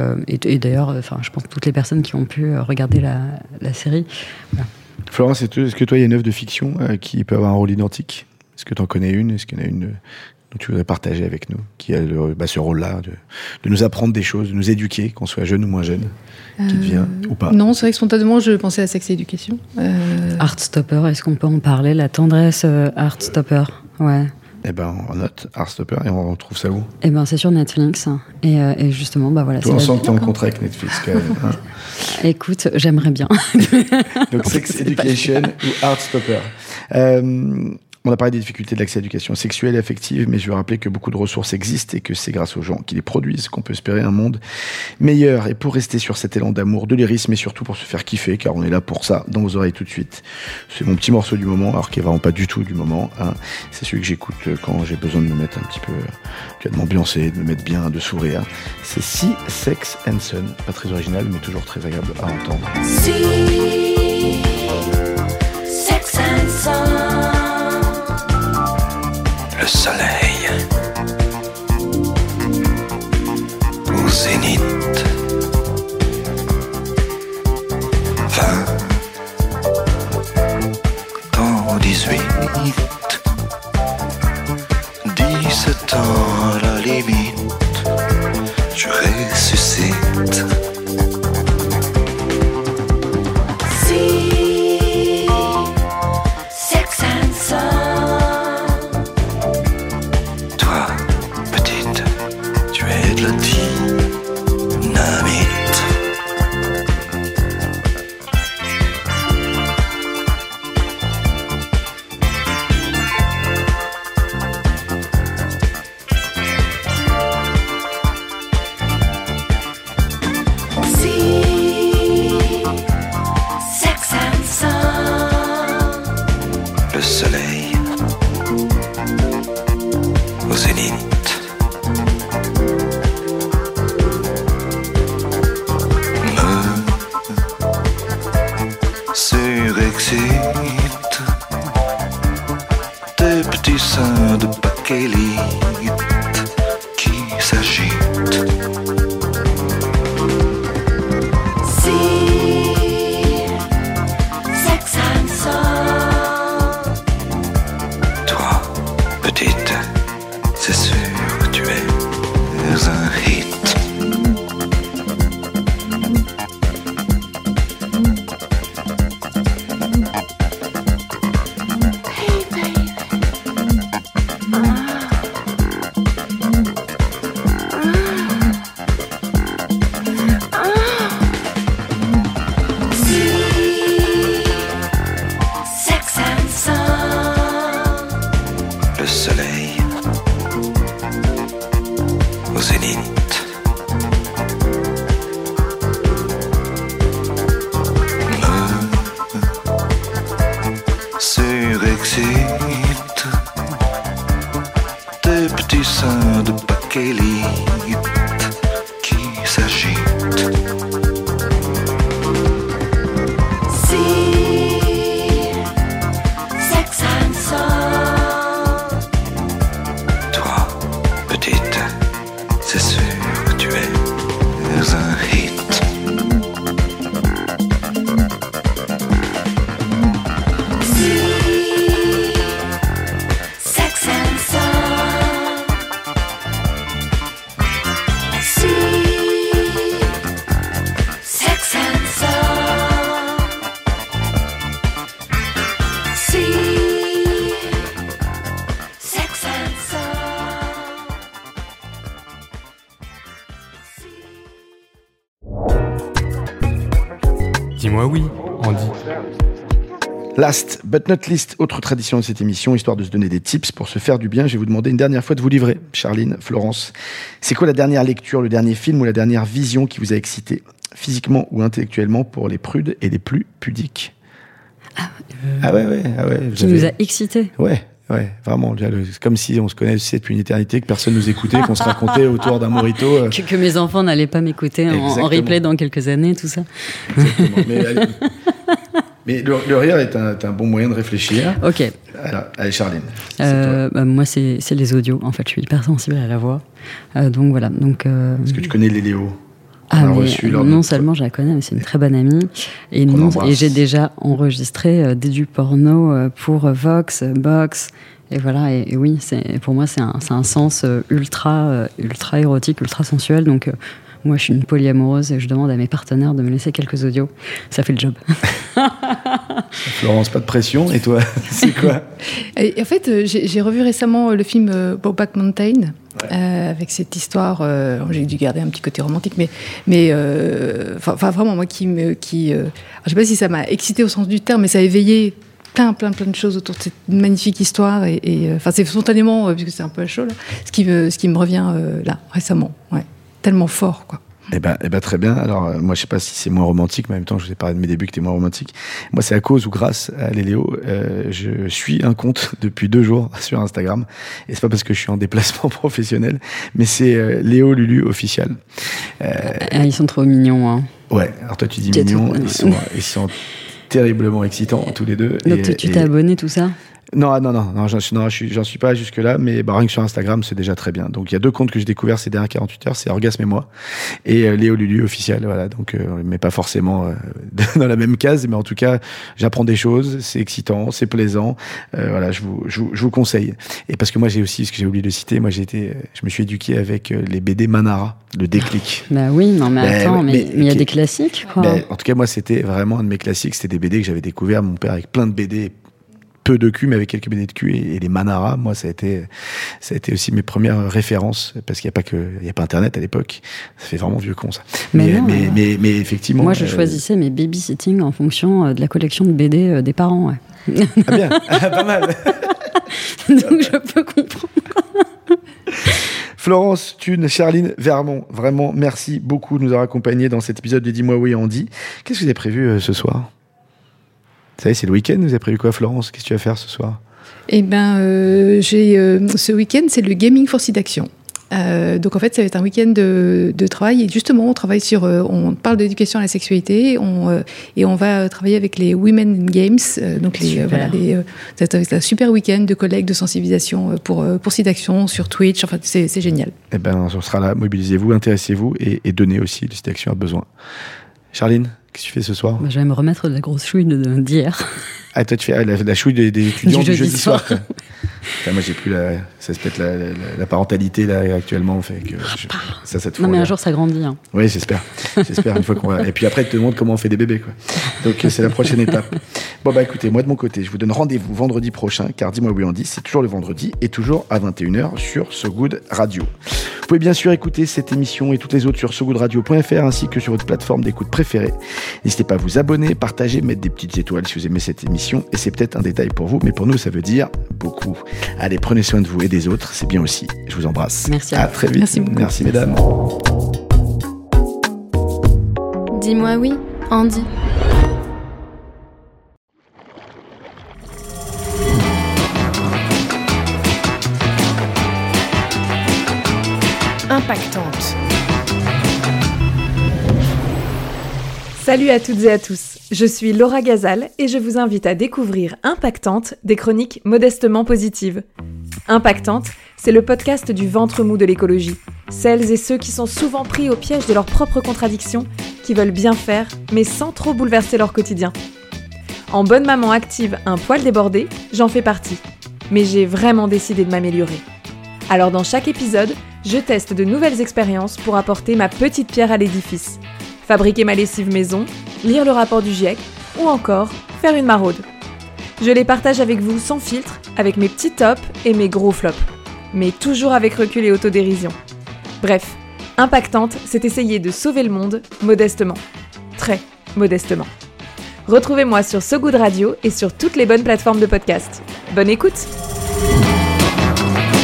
et d'ailleurs je pense toutes les personnes qui ont pu regarder la série. Voilà. Florence, est-ce que toi il y a une œuvre de fiction qui peut avoir un rôle identique? Est-ce que tu en connais une? Est-ce qu'il y en a une dont tu voudrais partager avec nous, qui a ce rôle-là de nous apprendre des choses, de nous éduquer, qu'on soit jeune ou moins jeune, qui devient ou pas? Non, c'est vrai que spontanément je pensais à Sex Education. Heartstopper, est-ce qu'on peut en parler? La tendresse Heartstopper, ouais. Eh ben, on note Heartstopper et on retrouve ça où? Eh ben, c'est sur Netflix. Et justement, voilà. Toi, on sent que t'es en contrat avec Netflix, quand même. Hein. Écoute, j'aimerais bien. Donc, Sex Education ou Heartstopper. On a parlé des difficultés de l'accès à l'éducation sexuelle et affective, mais je veux rappeler que beaucoup de ressources existent et que c'est grâce aux gens qui les produisent qu'on peut espérer un monde meilleur. Et pour rester sur cet élan d'amour, de lyrisme et surtout pour se faire kiffer, car on est là pour ça, dans vos oreilles tout de suite. C'est mon petit morceau du moment, alors qui est vraiment pas du tout du moment. Hein. C'est celui que j'écoute quand j'ai besoin de me mettre un petit peu, de m'ambiancer, de me mettre bien, de sourire. C'est Si Sex and Sun, pas très original, mais toujours très agréable à entendre. Si Sex and Sun. Le soleil au zénith, 20 ans, 18, 17 ans à la limite, je ressuscite. Si Sex and Sun. surexcite tes petits seins de bakélite qui s'agitent. Toi, petite, c'est sûr, tu es un hit. Le soleil au zénith. Me surexcite tes petits seins de bakélite qui s'agitent. Toi, petite, c'est sûr, tu es un hit. Dis-moi oui, Andy. Last but not least, autre tradition de cette émission, histoire de se donner des tips pour se faire du bien, je vais vous demander une dernière fois de vous livrer. Charline, Florence, c'est quoi la dernière lecture, le dernier film ou la dernière vision qui vous a excité, physiquement ou intellectuellement, pour les prudes et les plus pudiques? Ah ouais. Qui nous a excités. Ouais, vraiment. C'est comme si on se connaissait depuis une éternité, que personne nous écoutait, qu'on se racontait autour d'un mojito. Que mes enfants n'allaient pas m'écouter en replay dans quelques années, tout ça. Exactement. Mais le rire est un bon moyen de réfléchir. Ok. Alors, allez, Charline. Moi, c'est les audios. En fait, je suis hyper sensible à la voix. Donc voilà. Est-ce que tu connais Léléo? Non seulement je la connais, mais c'est une très bonne amie. Et j'ai déjà enregistré du porno pour Vox, Box. Et voilà. Et oui, pour moi, c'est un sens ultra érotique, ultra sensuel. Donc moi, je suis une polyamoureuse et je demande à mes partenaires de me laisser quelques audios. Ça fait le job. Florence, pas de pression. Et toi, c'est quoi? En fait, j'ai revu récemment le film Brokeback Mountain. Avec cette histoire, j'ai dû garder un petit côté romantique, mais vraiment, moi je sais pas si ça m'a excité au sens du terme, mais ça a éveillé plein de choses autour de cette magnifique histoire, et c'est spontanément, puisque c'est un peu à chaud, là, ce qui me revient là, récemment, tellement fort, quoi. Eh ben, très bien. Alors, moi, je sais pas si c'est moins romantique, mais en même temps, je vous ai parlé de mes débuts que t'es moins romantique. Moi, c'est à cause ou grâce à Léléo. Je suis un compte depuis 2 jours sur Instagram. Et c'est pas parce que je suis en déplacement professionnel, mais c'est Léo Lulu officiel. Ils sont trop mignons, hein. Ouais. Alors toi, tu dis mignons. Ils sont terriblement excitants, tous les deux. Donc, tu t'es abonné, tout ça? Non, j'en suis pas jusque-là, mais rien que sur Instagram, c'est déjà très bien. Donc, il y a 2 comptes que j'ai découverts ces dernières 48 heures, c'est Orgasme et moi, et Léo Lulu officiel, voilà. Donc, mais pas forcément dans la même case, mais en tout cas, j'apprends des choses, c'est excitant, c'est plaisant, voilà, je vous conseille. Et parce que moi, j'ai aussi, ce que j'ai oublié de citer, moi, je me suis éduqué avec les BD Manara, le déclic. Bah oui, non, mais attends, mais il y a des classiques, quoi. En tout cas, moi, c'était vraiment un de mes classiques, c'était des BD que j'avais découvert, mon père avec plein de BD, peu de cul, mais avec quelques BD de cul, et les Manara, moi, ça a été aussi mes premières références, parce qu'il y a pas Internet à l'époque. Ça fait vraiment vieux con, ça. Mais effectivement. Moi, je choisissais mes babysitting en fonction de la collection de BD des parents, ouais. Ah bien, pas mal. Donc, je peux comprendre. Florence Thune, Charline Vermont, vraiment, merci beaucoup de nous avoir accompagnés dans cet épisode de Dis-moi oui, Andy. Qu'est-ce que vous avez prévu ce soir? Ça y est, c'est le week-end. Vous avez prévu quoi, Florence? Qu'est-ce que tu vas faire ce soir? Eh ben, ce week-end, c'est le Gaming for Seed Action. Donc en fait, ça va être un week-end de travail. Et justement, on travaille on parle d'éducation à la sexualité, et on va travailler avec les Women in Games. Donc c'est un super week-end de collecte, de sensibilisation pour sites d'action sur Twitch. Enfin, c'est génial. Eh ben, on sera là. Mobilisez-vous, intéressez-vous et donnez aussi. Le site d'action a besoin. Charline, qu'est-ce que tu fais ce soir ? Je vais me remettre de la grosse chouille d'hier. Ah, toi, tu fais la chouille des étudiants du jeudi soir. Moi, j'ai plus ça se pète la parentalité, là, actuellement, fait que ça te fout. Non, mais un jour, ça grandit. Hein. Oui, j'espère. Une fois qu'on va. Et puis après, tu te demandes comment on fait des bébés, quoi. Donc, c'est la prochaine étape. Bon, écoutez, moi, de mon côté, je vous donne rendez-vous vendredi prochain, car Dis-moi oui, Andy, c'est toujours le vendredi et toujours à 21h sur So Good Radio. Vous pouvez bien sûr écouter cette émission et toutes les autres sur sogoodradio.fr ainsi que sur votre plateforme d'écoute préférée. N'hésitez pas à vous abonner, partager, mettre des petites étoiles si vous aimez cette émission. Et c'est peut-être un détail pour vous, mais pour nous, ça veut dire beaucoup. Allez, prenez soin de vous et des autres, c'est bien aussi. Je vous embrasse. Merci. À très vite. Merci beaucoup. Merci, mesdames. Dis-moi oui, Andy. Impactante. Salut à toutes et à tous, je suis Laura Gazal et je vous invite à découvrir Impactante, des chroniques modestement positives. Impactante, c'est le podcast du ventre mou de l'écologie. Celles et ceux qui sont souvent pris au piège de leurs propres contradictions, qui veulent bien faire, mais sans trop bouleverser leur quotidien. En bonne maman active un poil débordé, j'en fais partie. Mais j'ai vraiment décidé de m'améliorer. Alors dans chaque épisode, je teste de nouvelles expériences pour apporter ma petite pierre à l'édifice. Fabriquer ma lessive maison, lire le rapport du GIEC ou encore faire une maraude. Je les partage avec vous sans filtre, avec mes petits tops et mes gros flops. Mais toujours avec recul et autodérision. Bref, Impactante, c'est essayer de sauver le monde modestement. Très modestement. Retrouvez-moi sur So Good Radio et sur toutes les bonnes plateformes de podcast. Bonne écoute!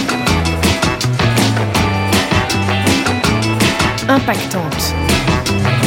Impactante.